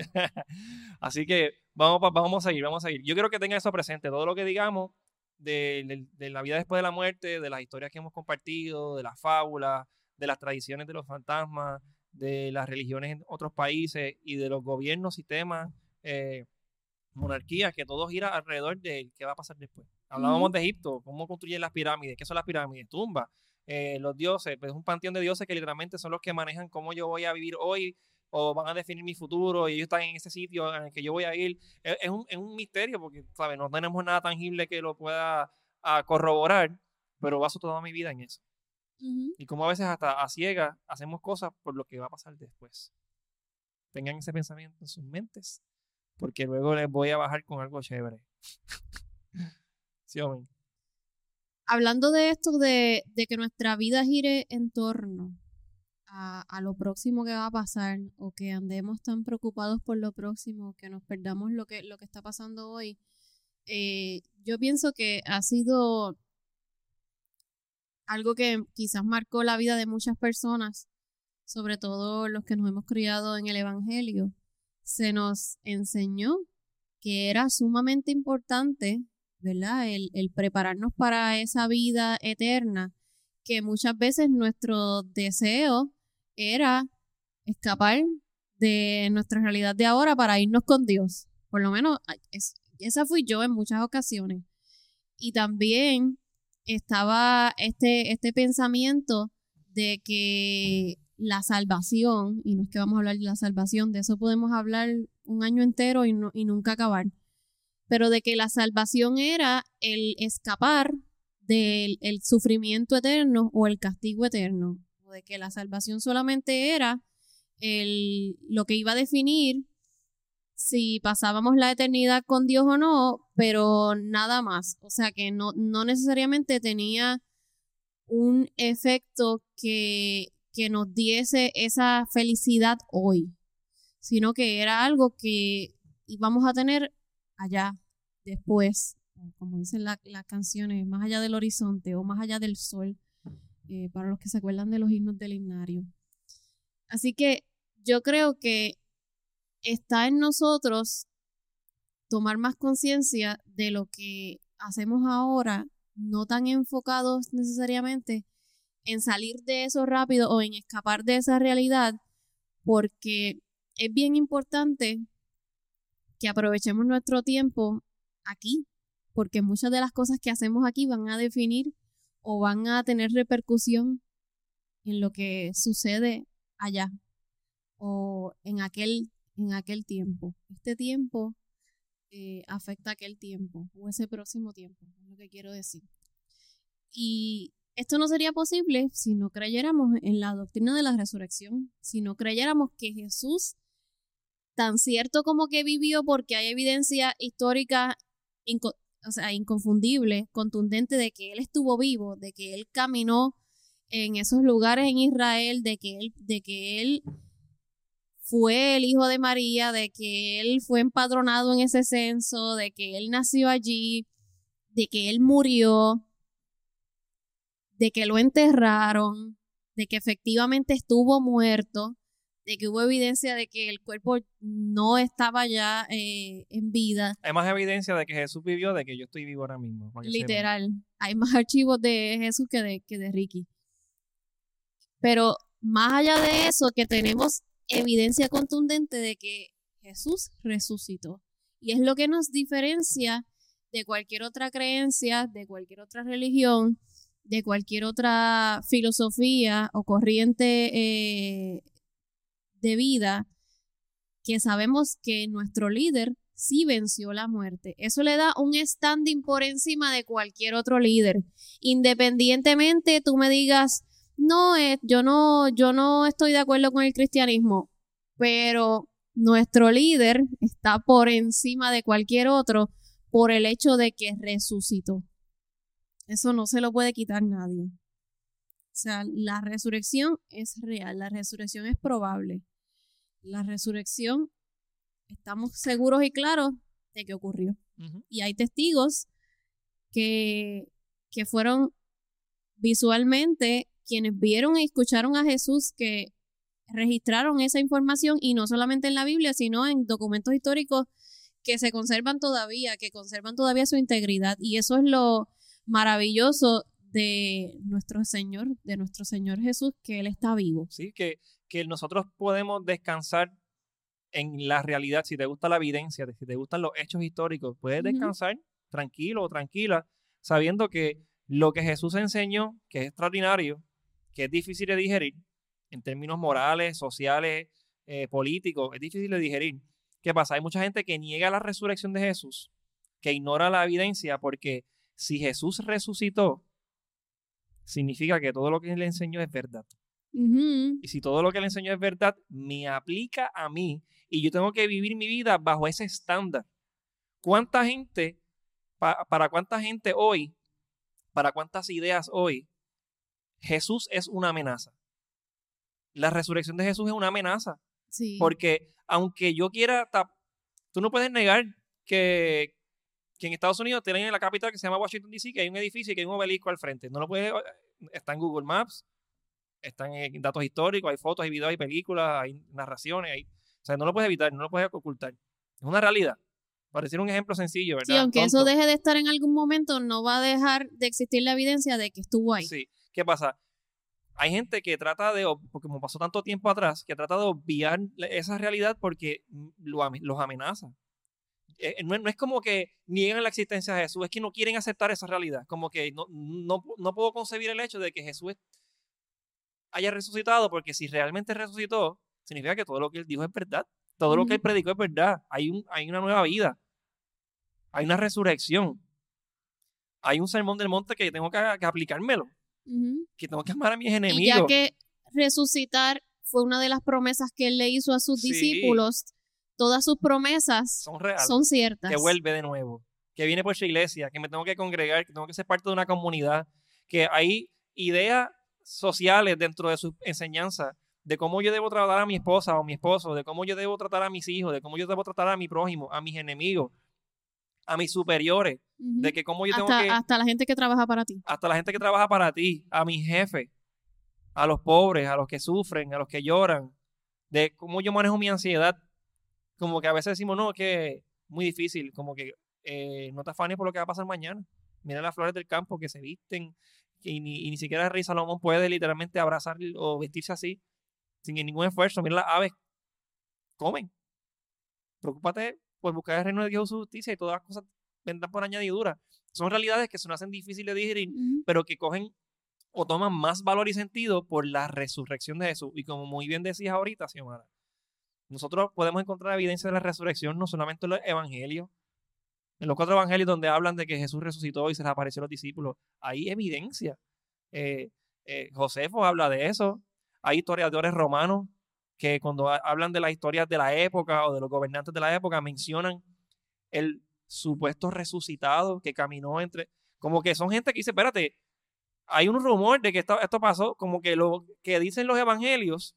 Así que vamos a seguir. Yo quiero que tengan eso presente. Todo lo que digamos de la vida después de la muerte, de las historias que hemos compartido, de las fábulas, de las tradiciones de los fantasmas, de las religiones en otros países y de los gobiernos, sistemas, monarquías, que todo gira alrededor de qué va a pasar después. Hablábamos de Egipto, cómo construyen las pirámides, qué son las pirámides, tumbas, los dioses, pues es un panteón de dioses que literalmente son los que manejan cómo yo voy a vivir hoy, o van a definir mi futuro y ellos están en ese sitio en el que yo voy a ir. Es un misterio porque, ¿sabes? No tenemos nada tangible que lo pueda corroborar, pero baso toda mi vida en eso. Y como a veces hasta a ciegas hacemos cosas por lo que va a pasar después. Tengan ese pensamiento en sus mentes, porque luego les voy a bajar con algo chévere. Sí, hombre. Hablando de esto de que nuestra vida gire en torno a lo próximo que va a pasar, o que andemos tan preocupados por lo próximo, que nos perdamos lo que está pasando hoy, yo pienso que ha sido algo que quizás marcó la vida de muchas personas, sobre todo los que nos hemos criado en el Evangelio. Se nos enseñó que era sumamente importante, ¿verdad? El prepararnos para esa vida eterna, que muchas veces nuestro deseo era escapar de nuestra realidad de ahora para irnos con Dios. Por lo menos esa fui yo en muchas ocasiones. Y también estaba este pensamiento de que la salvación, y no es que vamos a hablar de la salvación, de eso podemos hablar un año entero y nunca acabar, pero de que la salvación era el escapar del sufrimiento eterno o el castigo eterno, o de que la salvación solamente era lo que iba a definir si pasábamos la eternidad con Dios o no, pero nada más. O sea que no necesariamente tenía un efecto que nos diese esa felicidad hoy, sino que era algo que íbamos a tener allá, después, como dicen las canciones, más allá del horizonte o más allá del sol, para los que se acuerdan de los himnos del himnario. Así que yo creo que está en nosotros tomar más conciencia de lo que hacemos ahora, no tan enfocados necesariamente en salir de eso rápido o en escapar de esa realidad, porque es bien importante que aprovechemos nuestro tiempo aquí, porque muchas de las cosas que hacemos aquí van a definir o van a tener repercusión en lo que sucede allá o en aquel tiempo. Este tiempo afecta a aquel tiempo o ese próximo tiempo, es lo que quiero decir. Y esto no sería posible si no creyéramos en la doctrina de la resurrección, si no creyéramos que Jesús, tan cierto como que vivió, porque hay evidencia histórica inconfundible, contundente de que Él estuvo vivo, de que Él caminó en esos lugares en Israel, de que Él fue el hijo de María, de que Él fue empadronado en ese censo, de que Él nació allí, de que Él murió, de que lo enterraron, de que efectivamente estuvo muerto, de que hubo evidencia de que el cuerpo no estaba ya en vida. Hay más evidencia de que Jesús vivió, de que yo estoy vivo ahora mismo. Literal. Hay más archivos de Jesús que de Ricky. Pero más allá de eso, que tenemos evidencia contundente de que Jesús resucitó. Y es lo que nos diferencia de cualquier otra creencia, de cualquier otra religión, de cualquier otra filosofía o corriente de vida, que sabemos que nuestro líder sí venció la muerte. Eso le da un standing por encima de cualquier otro líder. Independientemente tú me digas, no, yo no estoy de acuerdo con el cristianismo, pero nuestro líder está por encima de cualquier otro por el hecho de que resucitó. Eso no se lo puede quitar nadie. O sea, la resurrección es real, la resurrección es probable. La resurrección, estamos seguros y claros de que ocurrió. Uh-huh. Y hay testigos que fueron visualmente quienes vieron y escucharon a Jesús, que registraron esa información, y no solamente en la Biblia, sino en documentos históricos que se conservan todavía, que conservan todavía su integridad. Y eso es lo maravilloso de nuestro Señor Jesús, que Él está vivo. Sí, que nosotros podemos descansar en la realidad. Si te gusta la evidencia, si te gustan los hechos históricos, puedes descansar tranquilo o tranquila, sabiendo que lo que Jesús enseñó, que es extraordinario, que es difícil de digerir en términos morales, sociales, políticos, es difícil de digerir. ¿Qué pasa? Hay mucha gente que niega la resurrección de Jesús, que ignora la evidencia, porque si Jesús resucitó, significa que todo lo que él le enseñó es verdad. Y si todo lo que él enseñó es verdad, me aplica a mí y yo tengo que vivir mi vida bajo ese estándar. ¿Cuánta gente, para cuánta gente hoy, para cuántas ideas hoy, Jesús es una amenaza? La resurrección de Jesús es una amenaza. Sí. Porque aunque yo quiera, tú no puedes negar que en Estados Unidos tienen en la capital que se llama Washington DC, que hay un edificio y que hay un obelisco al frente. No lo puedes, está en Google Maps, están en datos históricos, hay fotos, hay videos, hay películas, hay narraciones, o sea, no lo puedes evitar, no lo puedes ocultar. Es una realidad. Pareciera un ejemplo sencillo, ¿verdad? Sí, aunque Tonto. eso deje de estar en algún momento, no va a dejar de existir la evidencia de que estuvo ahí. Sí. ¿Qué pasa? Hay gente que trata de, porque como pasó tanto tiempo atrás, que trata de obviar esa realidad porque los amenaza. No es como que niegan la existencia de Jesús, es que no quieren aceptar esa realidad. Como que no puedo concebir el hecho de que Jesús haya resucitado, porque si realmente resucitó, significa que todo lo que él dijo es verdad. Todo lo que él predicó es verdad. Hay una nueva vida. Hay una resurrección. Hay un sermón del monte que tengo que aplicármelo. Que tengo que amar a mis enemigos. Y ya que resucitar fue una de las promesas que él le hizo a sus discípulos, todas sus promesas son reales, son ciertas. Que vuelve de nuevo, que viene por su iglesia, que me tengo que congregar, que tengo que ser parte de una comunidad, que hay ideas sociales dentro de su enseñanza de cómo yo debo tratar a mi esposa o a mi esposo, de cómo yo debo tratar a mis hijos, de cómo yo debo tratar a mi prójimo, a mis enemigos, a mis superiores, de que cómo yo tengo que... Hasta la gente que trabaja para ti. Hasta la gente que trabaja para ti, a mi jefe, a los pobres, a los que sufren, a los que lloran, de cómo yo manejo mi ansiedad. Como que a veces decimos, no, que es muy difícil, como que no te afanes por lo que va a pasar mañana. Mira las flores del campo que se visten y ni siquiera el rey Salomón puede literalmente abrazar o vestirse así, sin ningún esfuerzo. Mira las aves, comen. Preocúpate por buscar el reino de Dios y su justicia y todas las cosas vendrán por añadidura. Son realidades que se nos hacen difíciles de digerir, pero que cogen o toman más valor y sentido por la resurrección de Jesús. Y como muy bien decías ahorita, Xiomara, nosotros podemos encontrar evidencia de la resurrección no solamente en los evangelios, en los 4 evangelios donde hablan de que Jesús resucitó y se les apareció a los discípulos. Hay evidencia. Josefo habla de eso. Hay historiadores romanos que cuando hablan de las historias de la época o de los gobernantes de la época mencionan el supuesto resucitado que caminó entre... Como que son gente que dice, espérate, hay un rumor de que esto pasó, como que lo que dicen los evangelios,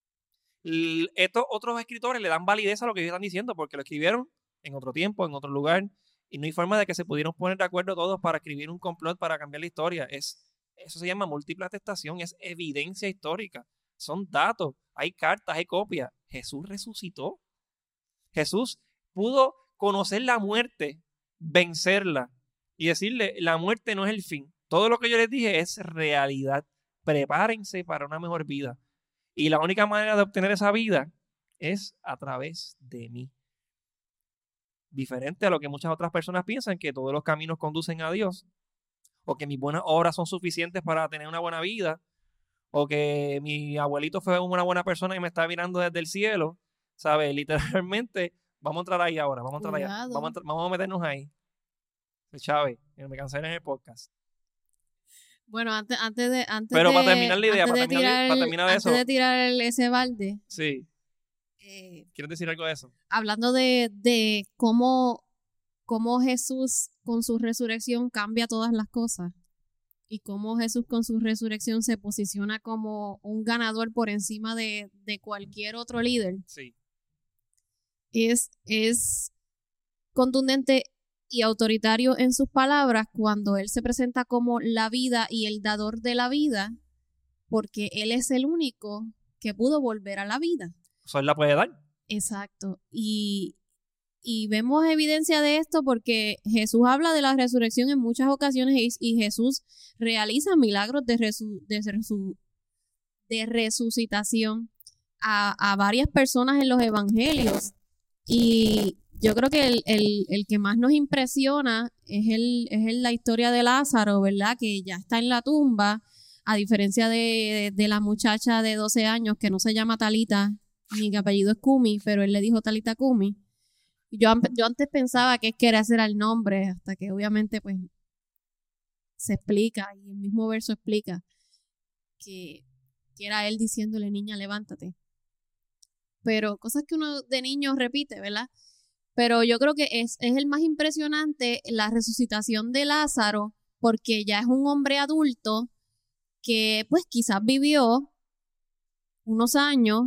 estos otros escritores le dan validez a lo que ellos están diciendo porque lo escribieron en otro tiempo, en otro lugar, y no hay forma de que se pudieran poner de acuerdo todos para escribir un complot para cambiar la historia. Eso se llama múltiple atestación, es evidencia histórica, son datos, hay cartas, hay copias. Jesús resucitó. Jesús pudo conocer la muerte, vencerla y decirle, la muerte no es el fin. Todo lo que yo les dije es realidad. Prepárense para una mejor vida. Y la única manera de obtener esa vida es a través de mí. Diferente a lo que muchas otras personas piensan, que todos los caminos conducen a Dios, o que mis buenas obras son suficientes para tener una buena vida, o que mi abuelito fue una buena persona y me está mirando desde el cielo, ¿sabes? Literalmente, vamos a entrar ahí ahora, vamos a entrar allá, vamos a meternos ahí. Chávez, me cancelen el podcast. Bueno, antes de Pero para terminar la idea, para terminar eso. Antes de tirar ese balde. Sí. ¿Quieres decir algo de eso? Hablando de cómo Jesús con su resurrección cambia todas las cosas. Y cómo Jesús con su resurrección se posiciona como un ganador por encima de cualquier otro líder. Sí. Es contundente y autoritario en sus palabras cuando él se presenta como la vida y el dador de la vida, porque él es el único que pudo volver a la vida. Eso él la puede dar. Exacto. Y vemos evidencia de esto porque Jesús habla de la resurrección en muchas ocasiones y Jesús realiza milagros de resucitación a varias personas en los evangelios. Y yo creo que el que más nos impresiona es la historia de Lázaro, ¿verdad? Que ya está en la tumba, a diferencia de la muchacha de 12 años que no se llama Talita, mi apellido es Kumi, pero él le dijo Talita Kumi. Yo antes pensaba que ese era el nombre, hasta que obviamente pues se explica, y el mismo verso explica que era él diciéndole, niña, levántate. Pero cosas que uno de niño repite, ¿verdad? Pero yo creo que es el más impresionante la resucitación de Lázaro, porque ya es un hombre adulto que pues quizás vivió unos años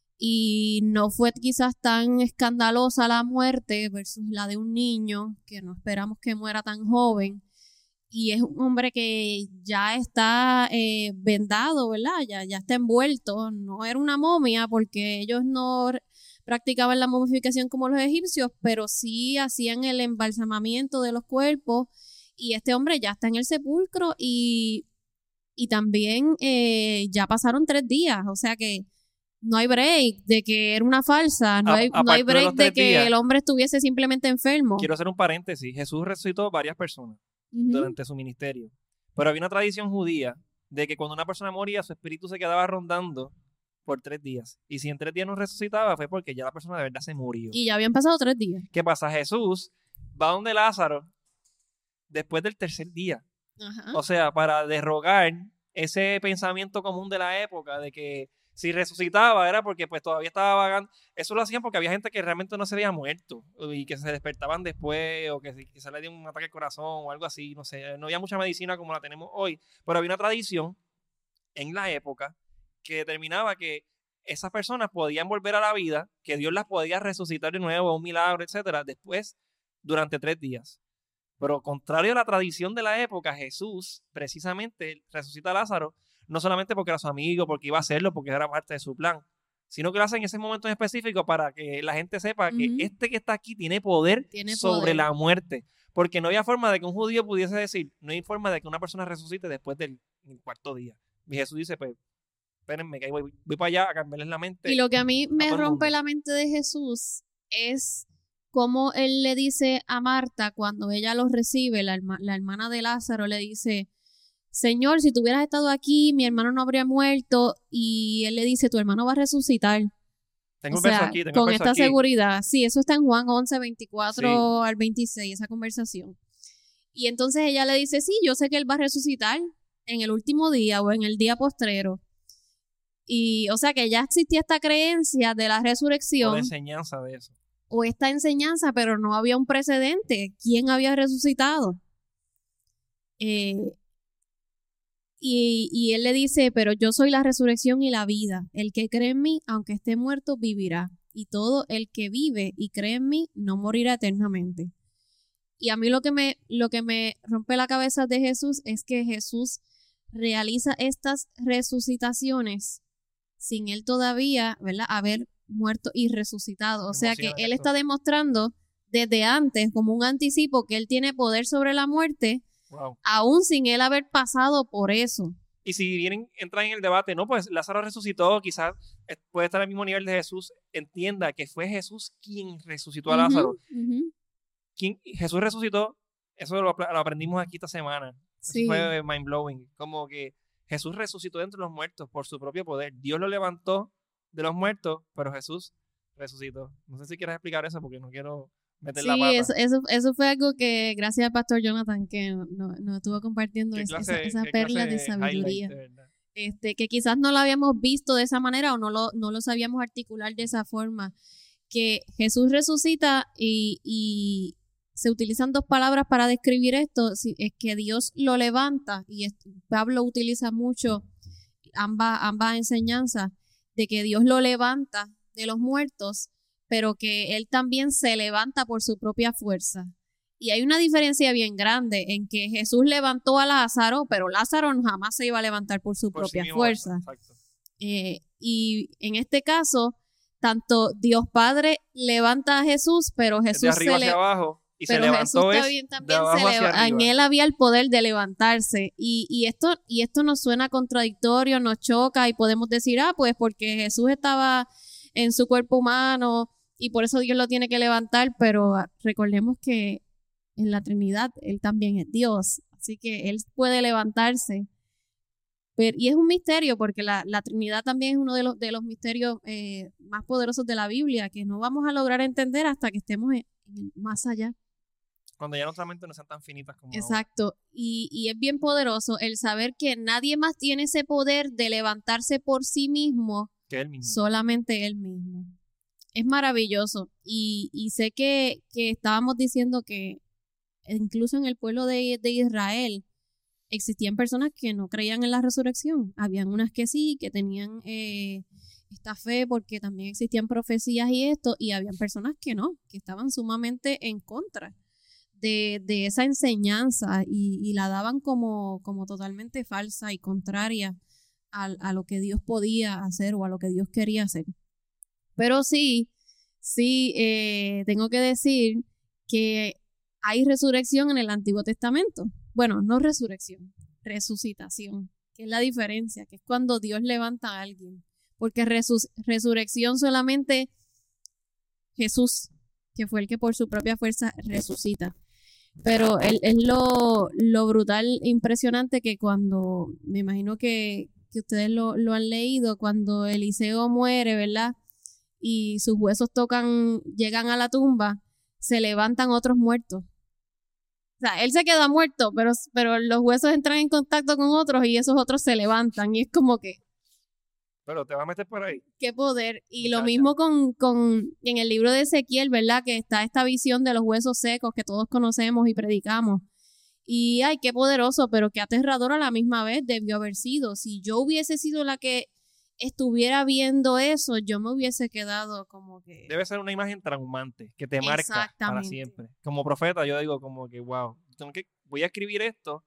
y no fue quizás tan escandalosa la muerte versus la de un niño, que no esperamos que muera tan joven. Y es un hombre que ya está vendado, ¿verdad? Ya está envuelto. No era una momia porque ellos no practicaban la momificación como los egipcios, pero sí hacían el embalsamamiento de los cuerpos. Y este hombre ya está en el sepulcro y también ya pasaron 3 días. O sea que no hay break de que era una falsa. No hay break de que el hombre estuviese simplemente enfermo. Quiero hacer un paréntesis. Jesús resucitó varias personas durante su ministerio. Pero había una tradición judía de que cuando una persona moría, su espíritu se quedaba rondando por 3 días. Y si en 3 días no resucitaba, fue porque ya la persona de verdad se murió. Y ya habían pasado 3 días. ¿Qué pasa? Jesús va donde Lázaro después del 3er día. Ajá. O sea, para derrogar ese pensamiento común de la época de que si resucitaba era porque pues todavía estaba vagando. Eso lo hacían porque había gente que realmente no se había muerto y que se despertaban después o que quizás le dio un ataque al corazón o algo así, no sé. No había mucha medicina como la tenemos hoy, pero había una tradición en la época que determinaba que esas personas podían volver a la vida, que Dios las podía resucitar de nuevo, un milagro, etcétera, después durante 3 días. Pero contrario a la tradición de la época, Jesús precisamente resucita a Lázaro no solamente porque era su amigo, porque iba a hacerlo, porque era parte de su plan, sino que lo hace en ese momento en específico para que la gente sepa que este que está aquí tiene poder sobre la muerte. Porque no había forma de que un judío pudiese decir, no hay forma de que una persona resucite después del 4.º día. Y Jesús dice, pues, espérenme, que voy para allá a cambiarles la mente. Y lo que a mí me rompe la mente de Jesús es cómo él le dice a Marta cuando ella los recibe, la hermana de Lázaro, le dice, Señor, si tú hubieras estado aquí, mi hermano no habría muerto. Y él le dice, tu hermano va a resucitar. Tengo un verso aquí. Con esta seguridad. Sí, eso está en Juan 11, 24 al 26, esa conversación. Y entonces ella le dice, sí, yo sé que él va a resucitar en el último día o en el día postrero. Y, o sea, que ya existía esta creencia de la resurrección. O la enseñanza de eso. O esta enseñanza, pero no había un precedente. ¿Quién había resucitado? Y él le dice, pero yo soy la resurrección y la vida. El que cree en mí, aunque esté muerto, vivirá. Y todo el que vive y cree en mí, no morirá eternamente. Y a mí lo que me rompe la cabeza de Jesús es que Jesús realiza estas resucitaciones sin él todavía, ¿verdad?, haber muerto y resucitado. O sea que él está demostrando desde antes, como un anticipo, que él tiene poder sobre la muerte. Wow. Aún sin él haber pasado por eso. Y si entran en el debate, no, pues Lázaro resucitó, quizás puede estar al mismo nivel de Jesús, entienda que fue Jesús quien resucitó a Lázaro. Jesús resucitó, eso lo aprendimos aquí esta semana. Sí. Eso fue mind blowing. Como que Jesús resucitó de entre los muertos por su propio poder. Dios lo levantó de los muertos, pero Jesús resucitó. No sé si quieres explicar eso porque no quiero meter la pata. Sí, eso fue algo que gracias al pastor Jonathan que nos estuvo compartiendo esas perlas de sabiduría. Que quizás no lo habíamos visto de esa manera o no lo sabíamos articular de esa forma. Que Jesús resucita y se utilizan 2 palabras para describir esto. Es que Dios lo levanta, y Pablo utiliza mucho ambas enseñanzas, de que Dios lo levanta de los muertos, pero que él también se levanta por su propia fuerza. Y hay una diferencia bien grande en que Jesús levantó a Lázaro, pero Lázaro jamás se iba a levantar por su propia fuerza. Y en este caso, tanto Dios Padre levanta a Jesús, pero Jesús de arriba hacia abajo, y pero se levantó Jesús también en él había el poder de levantarse. Y esto nos suena contradictorio, nos choca, y podemos decir, pues porque Jesús estaba en su cuerpo humano y por eso Dios lo tiene que levantar, pero recordemos que en la Trinidad él también es Dios, así que él puede levantarse y es un misterio porque la Trinidad también es uno de los misterios más poderosos de la Biblia que no vamos a lograr entender hasta que estemos más allá. Cuando ya nuestra mente no sean tan finitas como Exacto. ahora. Y es bien poderoso el saber que nadie más tiene ese poder de levantarse por sí mismo, que él mismo. Solamente él mismo. Es maravilloso. Y sé que estábamos diciendo que incluso en el pueblo de Israel existían personas que no creían en la resurrección. Habían unas que sí, que tenían esta fe porque también existían profecías y esto, y habían personas que no, que estaban sumamente en contra de esa enseñanza y la daban como totalmente falsa y contraria a lo que Dios podía hacer o a lo que Dios quería hacer. Pero sí, tengo que decir que hay resurrección en el Antiguo Testamento. Bueno, no resurrección, resucitación, que es la diferencia, que es cuando Dios levanta a alguien. Porque resurrección solamente Jesús, que fue el que por su propia fuerza resucita. Pero es lo brutal, impresionante que cuando, me imagino que ustedes lo han leído, cuando Eliseo muere, ¿verdad? Y sus huesos llegan a la tumba, se levantan otros muertos. O sea, él se queda muerto, pero los huesos entran en contacto con otros y esos otros se levantan. Y es como que... Pero te vas a meter por ahí. Qué poder. Y Muchacha. Lo mismo en el libro de Ezequiel, ¿verdad? Que está esta visión de los huesos secos que todos conocemos y predicamos. Y ay, qué poderoso, pero qué aterrador a la misma vez debió haber sido. Si yo hubiese sido la que estuviera viendo eso, yo me hubiese quedado como que... Debe ser una imagen traumante que te marca para siempre. Como profeta yo digo como que wow, voy a escribir esto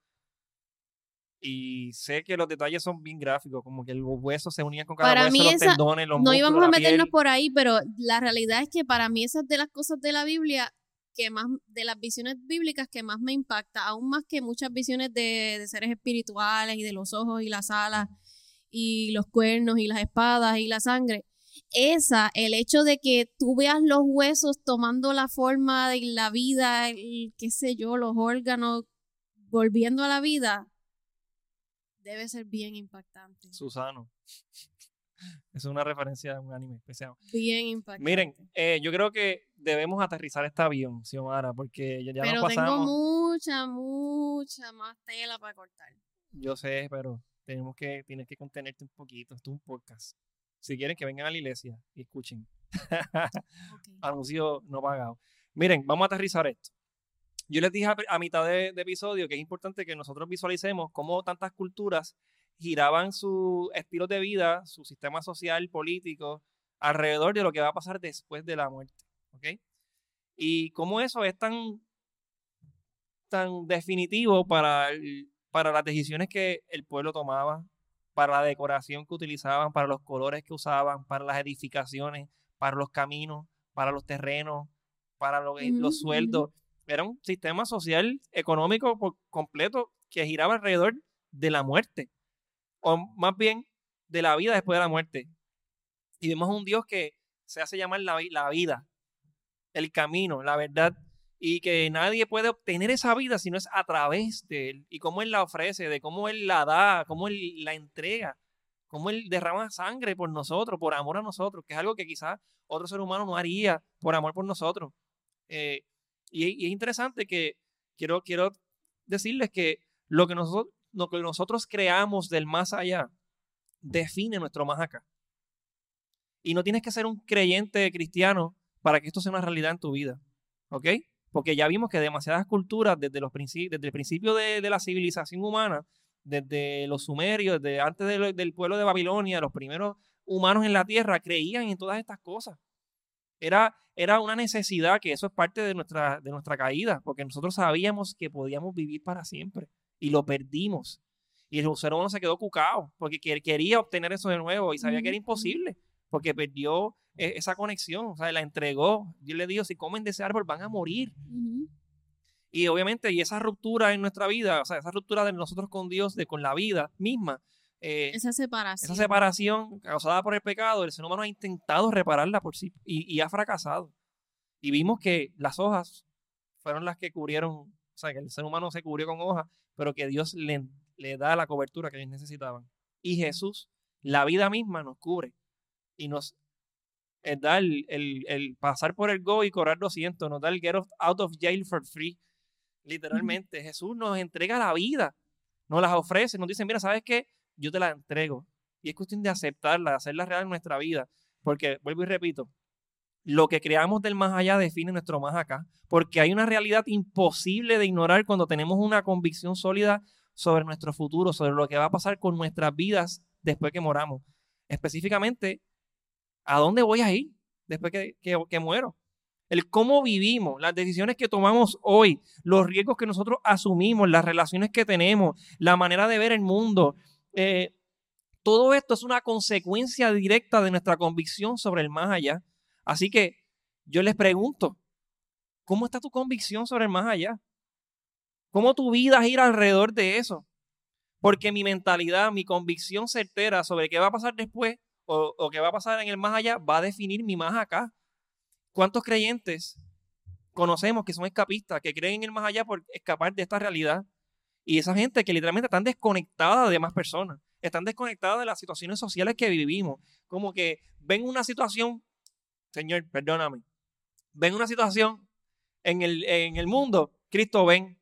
y sé que los detalles son bien gráficos, como que los huesos se unían con cada para hueso, mí los tendones, los no músculos, íbamos a la meternos piel. por ahí, pero la realidad es que para mí esas de las cosas de la Biblia de las visiones bíblicas que más me impacta, aún más que muchas visiones de seres espirituales y de los ojos y las alas y los cuernos y las espadas y la sangre. El hecho de que tú veas los huesos tomando la forma de la vida, qué sé yo, los órganos volviendo a la vida, debe ser bien impactante. Susano. Es una referencia a un anime especial. Bien impactante. Miren, yo creo que debemos aterrizar este avión, Xiomara, porque ya pero nos pasamos. Tengo mucha más tela para cortar. Yo sé, pero tienes que contenerte un poquito. Esto es un podcast. Si quieren que vengan a la iglesia y escuchen. Okay. Anuncio no pagado. Miren, vamos a aterrizar esto. Yo les dije a mitad de episodio que es importante que nosotros visualicemos cómo tantas culturas giraban su estilo de vida, su sistema social, político, alrededor de lo que va a pasar después de la muerte. ¿Ok? Y cómo eso es tan definitivo para las decisiones que el pueblo tomaba, para la decoración que utilizaban, para los colores que usaban, para las edificaciones, para los caminos, para los terrenos, para los sueldos. Era un sistema social, económico por completo que giraba alrededor de la muerte, o más bien de la vida después de la muerte. Y vemos a un Dios que se hace llamar la vida, el camino, la verdad, y que nadie puede obtener esa vida si no es a través de Él, y cómo Él la ofrece, de cómo Él la da, cómo Él la entrega, cómo Él derrama sangre por nosotros, por amor a nosotros, que es algo que quizás otro ser humano no haría por amor por nosotros. Y es interesante que quiero decirles que lo que nosotros creamos del más allá define nuestro más acá. Y no tienes que ser un creyente cristiano para que esto sea una realidad en tu vida, ¿ok? Porque ya vimos que demasiadas culturas, desde el principio de la civilización humana, desde los sumerios, desde antes del pueblo de Babilonia, los primeros humanos en la tierra creían en todas estas cosas. Era una necesidad, que eso es parte de nuestra caída, porque nosotros sabíamos que podíamos vivir para siempre y lo perdimos. Y el ser humano se quedó cucado porque quería obtener eso de nuevo y sabía que era imposible porque perdió esa conexión, o sea, la entregó. Dios le dijo, si comen de ese árbol van a morir. Y obviamente, y esa ruptura en nuestra vida, o sea, esa ruptura de nosotros con Dios, con la vida misma, esa separación causada por el pecado, el ser humano ha intentado repararla por sí y ha fracasado. Y vimos que las hojas fueron las que cubrieron, o sea, que el ser humano se cubrió con hojas, pero que Dios le da la cobertura que ellos necesitaban. y Jesús, la vida misma nos cubre y nos da el pasar por el go y cobrar 200, nos da el get out of jail for free. Literalmente, Jesús nos entrega la vida, nos las ofrece, nos dice, mira, ¿sabes qué? Yo te la entrego. Y es cuestión de aceptarla, de hacerla real en nuestra vida. Porque, vuelvo y repito, lo que creamos del más allá define nuestro más acá. Porque hay una realidad imposible de ignorar cuando tenemos una convicción sólida sobre nuestro futuro, sobre lo que va a pasar con nuestras vidas después que moramos. Específicamente, ¿a dónde voy a ir después que muero? El cómo vivimos, las decisiones que tomamos hoy, los riesgos que nosotros asumimos, las relaciones que tenemos, la manera de ver el mundo. Todo esto es una consecuencia directa de nuestra convicción sobre el más allá. Así que yo les pregunto, ¿cómo está tu convicción sobre el más allá? ¿Cómo tu vida gira alrededor de eso? Porque mi mentalidad, mi convicción certera sobre qué va a pasar después o qué va a pasar en el más allá va a definir mi más acá. ¿Cuántos creyentes conocemos que son escapistas, que creen en el más allá por escapar de esta realidad? Y esa gente que literalmente están desconectada de demás personas, están desconectadas de las situaciones sociales que vivimos. Como que ven una situación, Señor, perdóname, ven una situación en el mundo, Cristo ven.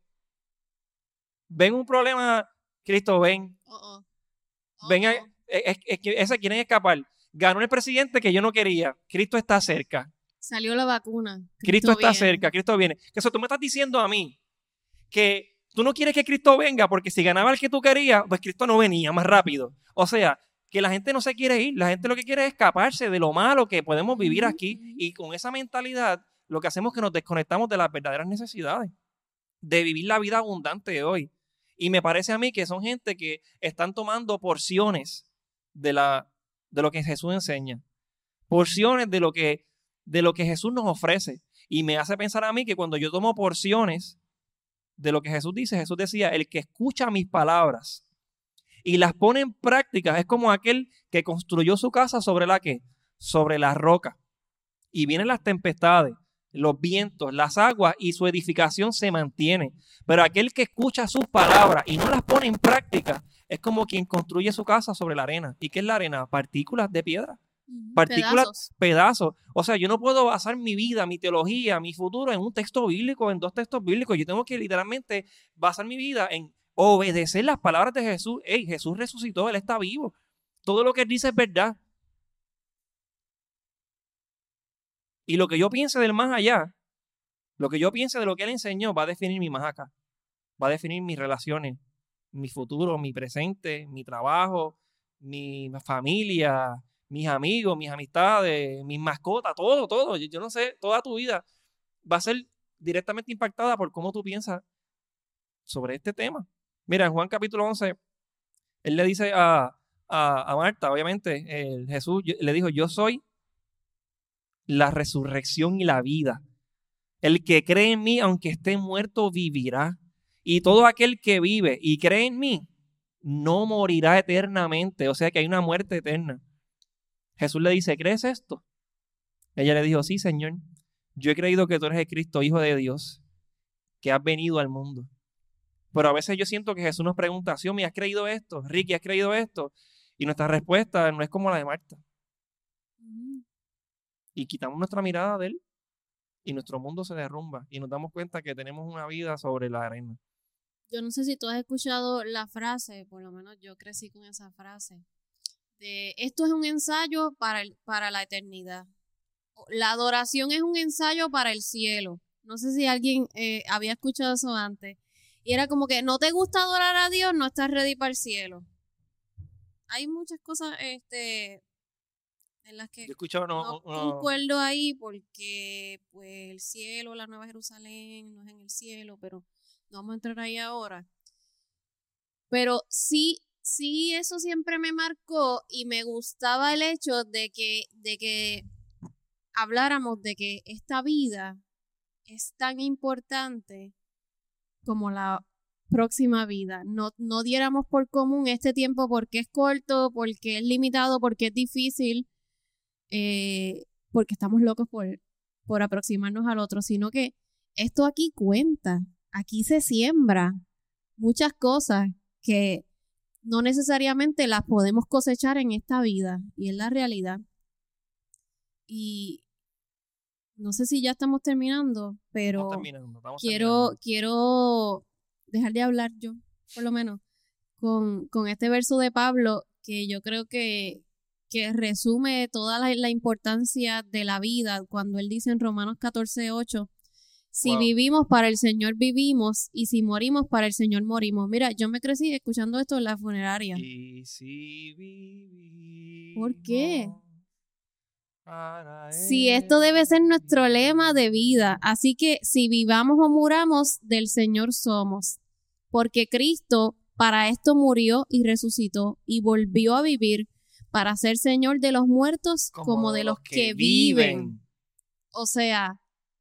Ven un problema, Cristo ven. Ven es que ese quieren escapar. Ganó el presidente que yo no quería, Cristo está cerca. Salió la vacuna. Cristo está cerca, Cristo viene. Que eso tú me estás diciendo a mí que tú no quieres que Cristo venga porque si ganaba el que tú querías, pues Cristo no venía más rápido. O sea, que la gente no se quiere ir, la gente lo que quiere es escaparse de lo malo que podemos vivir aquí y con esa mentalidad lo que hacemos es que nos desconectamos de las verdaderas necesidades, de vivir la vida abundante de hoy. Y me parece a mí que son gente que están tomando porciones de lo que Jesús enseña, porciones de lo que Jesús nos ofrece. Y me hace pensar a mí que cuando yo tomo porciones de lo que Jesús dice, Jesús decía, el que escucha mis palabras y las pone en práctica es como aquel que construyó su casa sobre la ¿qué? Sobre la roca. Y vienen las tempestades, los vientos, las aguas y su edificación se mantiene. Pero aquel que escucha sus palabras y no las pone en práctica es como quien construye su casa sobre la arena. ¿Y qué es la arena? Partículas de piedra. Partículas, pedazos. O sea, yo no puedo basar mi vida, mi teología, mi futuro en un texto bíblico, en dos textos bíblicos. Yo tengo que literalmente basar mi vida en obedecer las palabras de Jesús. Hey, Jesús resucitó, Él está vivo. Todo lo que Él dice es verdad. Y lo que yo piense del más allá, lo que yo piense de lo que Él enseñó, va a definir mi más acá. Va a definir mis relaciones, mi futuro, mi presente, mi trabajo, mi familia, mis amigos, mis amistades, mis mascotas, todo. Yo no sé, toda tu vida va a ser directamente impactada por cómo tú piensas sobre este tema. Mira, en Juan capítulo 11, Él le dice a Marta, obviamente, Jesús le dijo, yo soy la resurrección y la vida. El que cree en mí, aunque esté muerto, vivirá. Y todo aquel que vive y cree en mí, no morirá eternamente. O sea que hay una muerte eterna. Jesús le dice, ¿crees esto? Ella le dijo, sí, Señor. Yo he creído que tú eres el Cristo, Hijo de Dios, que has venido al mundo. Pero a veces yo siento que Jesús nos pregunta, ¿me has creído esto? Ricky, ¿has creído esto? Y nuestra respuesta no es como la de Marta. Y quitamos nuestra mirada de Él y nuestro mundo se derrumba y nos damos cuenta que tenemos una vida sobre la arena. Yo no sé si tú has escuchado la frase, por lo menos yo crecí con esa frase, de esto es un ensayo para la eternidad. La adoración es un ensayo para el cielo. No sé si alguien había escuchado eso antes. Y era como que no te gusta adorar a Dios, no estás ready para el cielo. Hay muchas cosas en las que no concuerdo ahí porque pues el cielo, la Nueva Jerusalén no es en el cielo, pero no vamos a entrar ahí ahora. Pero sí eso siempre me marcó y me gustaba el hecho de que habláramos de que esta vida es tan importante como la próxima vida. No diéramos por común este tiempo porque es corto, porque es limitado, porque es difícil, porque estamos locos por aproximarnos al otro, sino que esto aquí cuenta, aquí se siembra muchas cosas que no necesariamente las podemos cosechar en esta vida, y es la realidad. Y no sé si ya estamos terminando, pero Estamos quiero dejar de hablar yo, por lo menos, con este verso de Pablo, que yo creo que resume toda la importancia de la vida, cuando él dice en Romanos 14:8, si vivimos, para el Señor vivimos, y si morimos, para el Señor morimos. Mira, yo me crecí escuchando esto en la funeraria. Y si vivimos, ¿por qué? Si esto debe ser nuestro lema de vida, así que si vivamos o muramos, del Señor somos, porque Cristo para esto murió y resucitó y volvió a vivir para ser Señor de los muertos como de los que viven. O sea,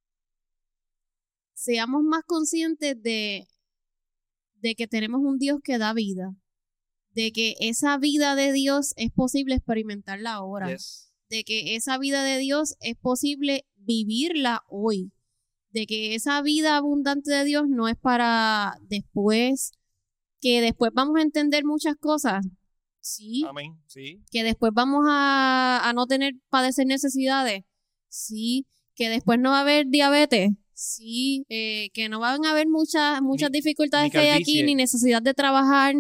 seamos más conscientes de que tenemos un Dios que da vida, de que esa vida de Dios es posible experimentarla ahora. Yes. De que esa vida de Dios es posible vivirla hoy, de que esa vida abundante de Dios no es para después, que después vamos a entender muchas cosas, sí, amén, sí, que después vamos a no padecer necesidades, sí, que después no va a haber diabetes, sí, que no van a haber muchas dificultades que hay aquí, ni necesidad de trabajar,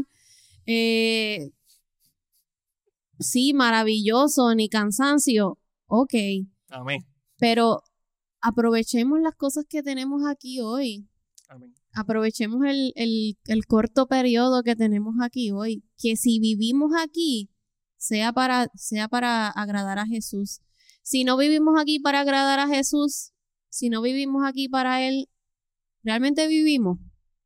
sí, maravilloso, ni cansancio, ok. Amén. Pero aprovechemos las cosas que tenemos aquí hoy. Amén. Aprovechemos el corto periodo que tenemos aquí hoy. Que si vivimos aquí, sea para agradar a Jesús. Si no vivimos aquí para agradar a Jesús, si no vivimos aquí para Él, ¿realmente vivimos?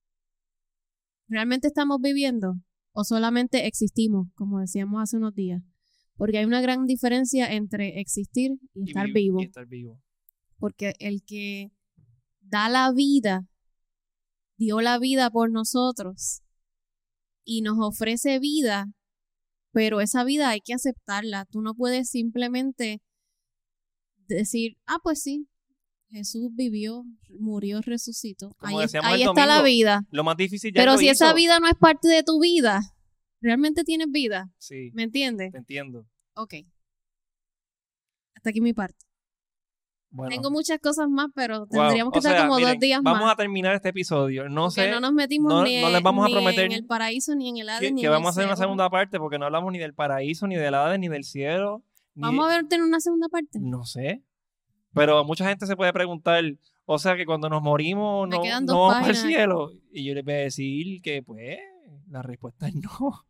¿Realmente estamos viviendo? ¿O solamente existimos, como decíamos hace unos días? Porque hay una gran diferencia entre existir y estar vivo. Porque el que da la vida, dio la vida por nosotros y nos ofrece vida, pero esa vida hay que aceptarla. Tú no puedes simplemente decir, pues sí, Jesús vivió, murió, resucitó. Ahí está domingo, la vida. Lo más difícil ya pero si esa vida no es parte de tu vida, ¿realmente tienes vida? Sí. ¿Me entiendes? Te entiendo. Ok. Hasta aquí mi parte. Bueno. Tengo muchas cosas más, pero tendríamos que estar como miren, 2 días más. Vamos a terminar este episodio. No sé. No nos metimos no les vamos ni a prometer en el paraíso, ni en el Hades, ni en el cielo. Que vamos a hacer una segunda parte porque no hablamos ni del paraíso, ni del Hades, ni del cielo. ¿Vamos a tener una segunda parte? No sé. Pero mucha gente se puede preguntar, o sea que cuando nos morimos no vamos para el cielo. Y yo les voy a decir que pues la respuesta es no.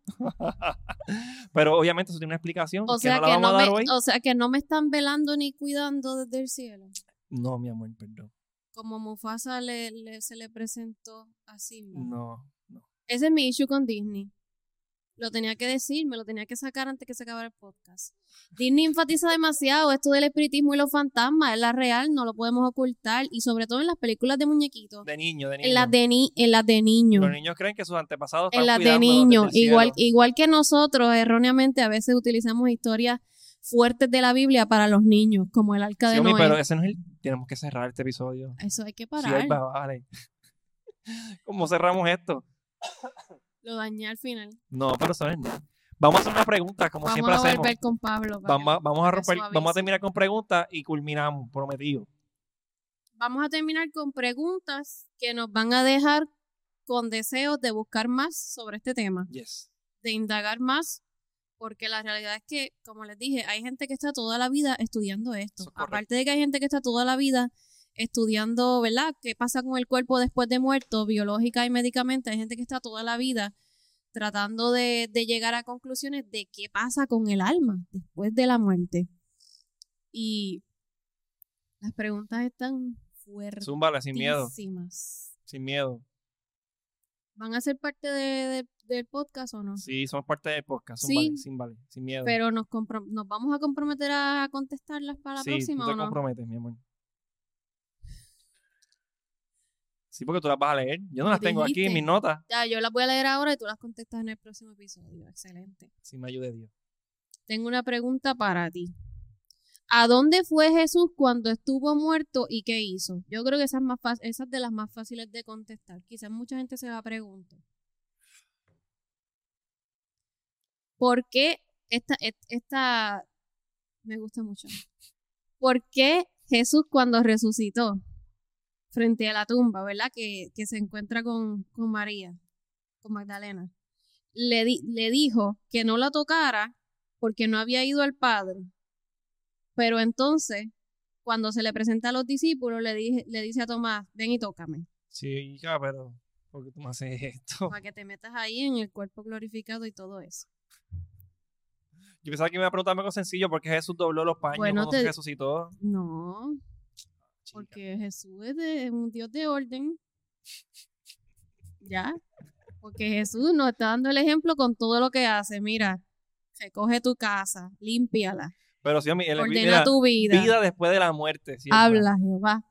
Pero obviamente eso tiene una explicación. O sea, que no la vamos a dar hoy. O sea que no me están velando ni cuidando desde el cielo. No, mi amor, perdón. Como Mufasa se le presentó a Simba. No. Ese es mi issue con Disney. Lo tenía que decir, me lo tenía que sacar antes que se acabara el podcast. Disney enfatiza demasiado esto del espiritismo y los fantasmas. Es la real, no lo podemos ocultar. Y sobre todo en las películas de muñequitos. De niños. En las de niños. Los niños creen que sus antepasados están en las de niños. Igual que nosotros, erróneamente, a veces utilizamos historias fuertes de la Biblia para los niños, como el Arca de Noé. Pero ese no es tenemos que cerrar este episodio. Eso hay que parar. Sí, vale. ¿Cómo cerramos esto? Lo dañé al final. No, pero eso no es nada. Vamos a hacer una pregunta, como siempre hacemos. Vamos a volver con Pablo. Vamos a terminar con preguntas y culminamos, prometido. Vamos a terminar con preguntas que nos van a dejar con deseos de buscar más sobre este tema. Yes. De indagar más, porque la realidad es que, como les dije, hay gente que está toda la vida estudiando esto. Aparte de que hay gente que está toda la vida estudiando, ¿verdad?, qué pasa con el cuerpo después de muerto, biológica y médicamente. Hay gente que está toda la vida tratando de llegar a conclusiones de qué pasa con el alma después de la muerte. Y las preguntas están fuertes. Zúmbala, sin miedo. Sin miedo. ¿Van a ser parte del podcast o no? Sí, somos parte del podcast. Zúmbale, sin miedo. Pero nos vamos a comprometer a contestarlas para la próxima, ¿o no? Sí, tú te comprometes, mi amor. Sí, porque tú las vas a leer. Yo no las tengo aquí en mis notas. Ya, yo las voy a leer ahora y tú las contestas en el próximo episodio. Excelente. Sí, me ayude Dios. Tengo una pregunta para ti. ¿A dónde fue Jesús cuando estuvo muerto y qué hizo? Yo creo que esa es de las más fáciles de contestar. Quizás mucha gente se va a preguntar. ¿por qué esta me gusta mucho? ¿Por qué Jesús cuando resucitó frente a la tumba, ¿verdad? Que se encuentra con María, con Magdalena, le dijo que no la tocara porque no había ido al Padre? Pero entonces, cuando se le presenta a los discípulos, le dice a Tomás, ven y tócame. Sí, hija, pero ¿por qué tú me haces esto? Para que te metas ahí en el cuerpo glorificado y todo eso. Yo pensaba que me iba a preguntar algo sencillo, ¿por qué Jesús dobló los paños cuando se resucitó? No, porque Jesús es un Dios de orden. Ya. Porque Jesús nos está dando el ejemplo con todo lo que hace. Mira, recoge tu casa, límpiala. Pero sí, ordena tu vida. Vida después de la muerte. ¿Cierto? Habla, Jehová.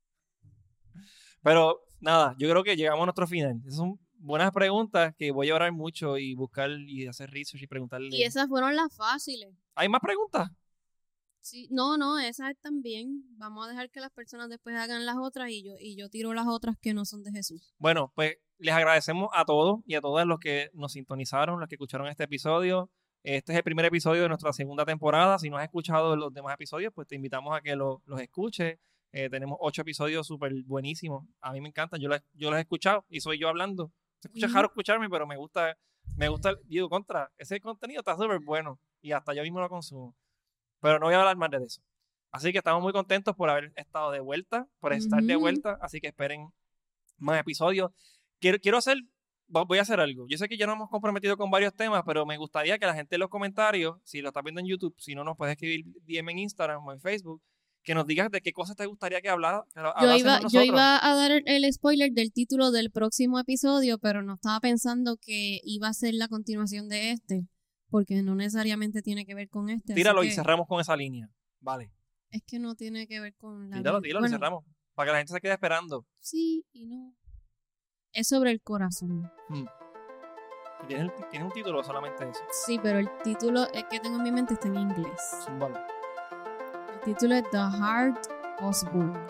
Pero nada, yo creo que llegamos a nuestro final. Esas son buenas preguntas que voy a orar mucho y buscar y hacer research y preguntarle. Y esas fueron las fáciles. ¿Hay más preguntas? Sí, no, esas también. Vamos a dejar que las personas después hagan las otras y yo tiro las otras que no son de Jesús. Bueno, pues les agradecemos a todos y a todas los que nos sintonizaron, los que escucharon este episodio. Este es el primer episodio de nuestra segunda temporada. Si no has escuchado los demás episodios, pues te invitamos a que los escuches. Tenemos 8 episodios súper buenísimos. A mí me encantan. Yo los he escuchado y soy yo hablando. Se escucha raro escucharme, pero me gusta digo, ese contenido está súper bueno y hasta yo mismo lo consumo. Pero no voy a hablar más de eso. Así que estamos muy contentos por haber estado de vuelta, por estar de vuelta. Así que esperen más episodios. Voy a hacer algo. Yo sé que ya nos hemos comprometido con varios temas, pero me gustaría que la gente en los comentarios, si lo estás viendo en YouTube, si no, nos puedes escribir DM en Instagram o en Facebook, que nos digas de qué cosas te gustaría que hablásemos nosotros. Yo iba a dar el spoiler del título del próximo episodio, pero no estaba pensando que iba a ser la continuación de este, porque no necesariamente tiene que ver con este. Tíralo y cerramos con esa línea. Vale. Es que no tiene que ver con la... Tíralo y cerramos, para que la gente se quede esperando. Sí y no. Es sobre el corazón. ¿Tienes un título o solamente eso? Sí, pero el título que tengo en mi mente está en inglés. Vale. El título es The Heart Osborne.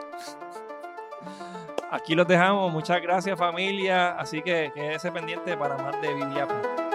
Aquí los dejamos. Muchas gracias, familia. Así que quédese pendiente para más de Biblia.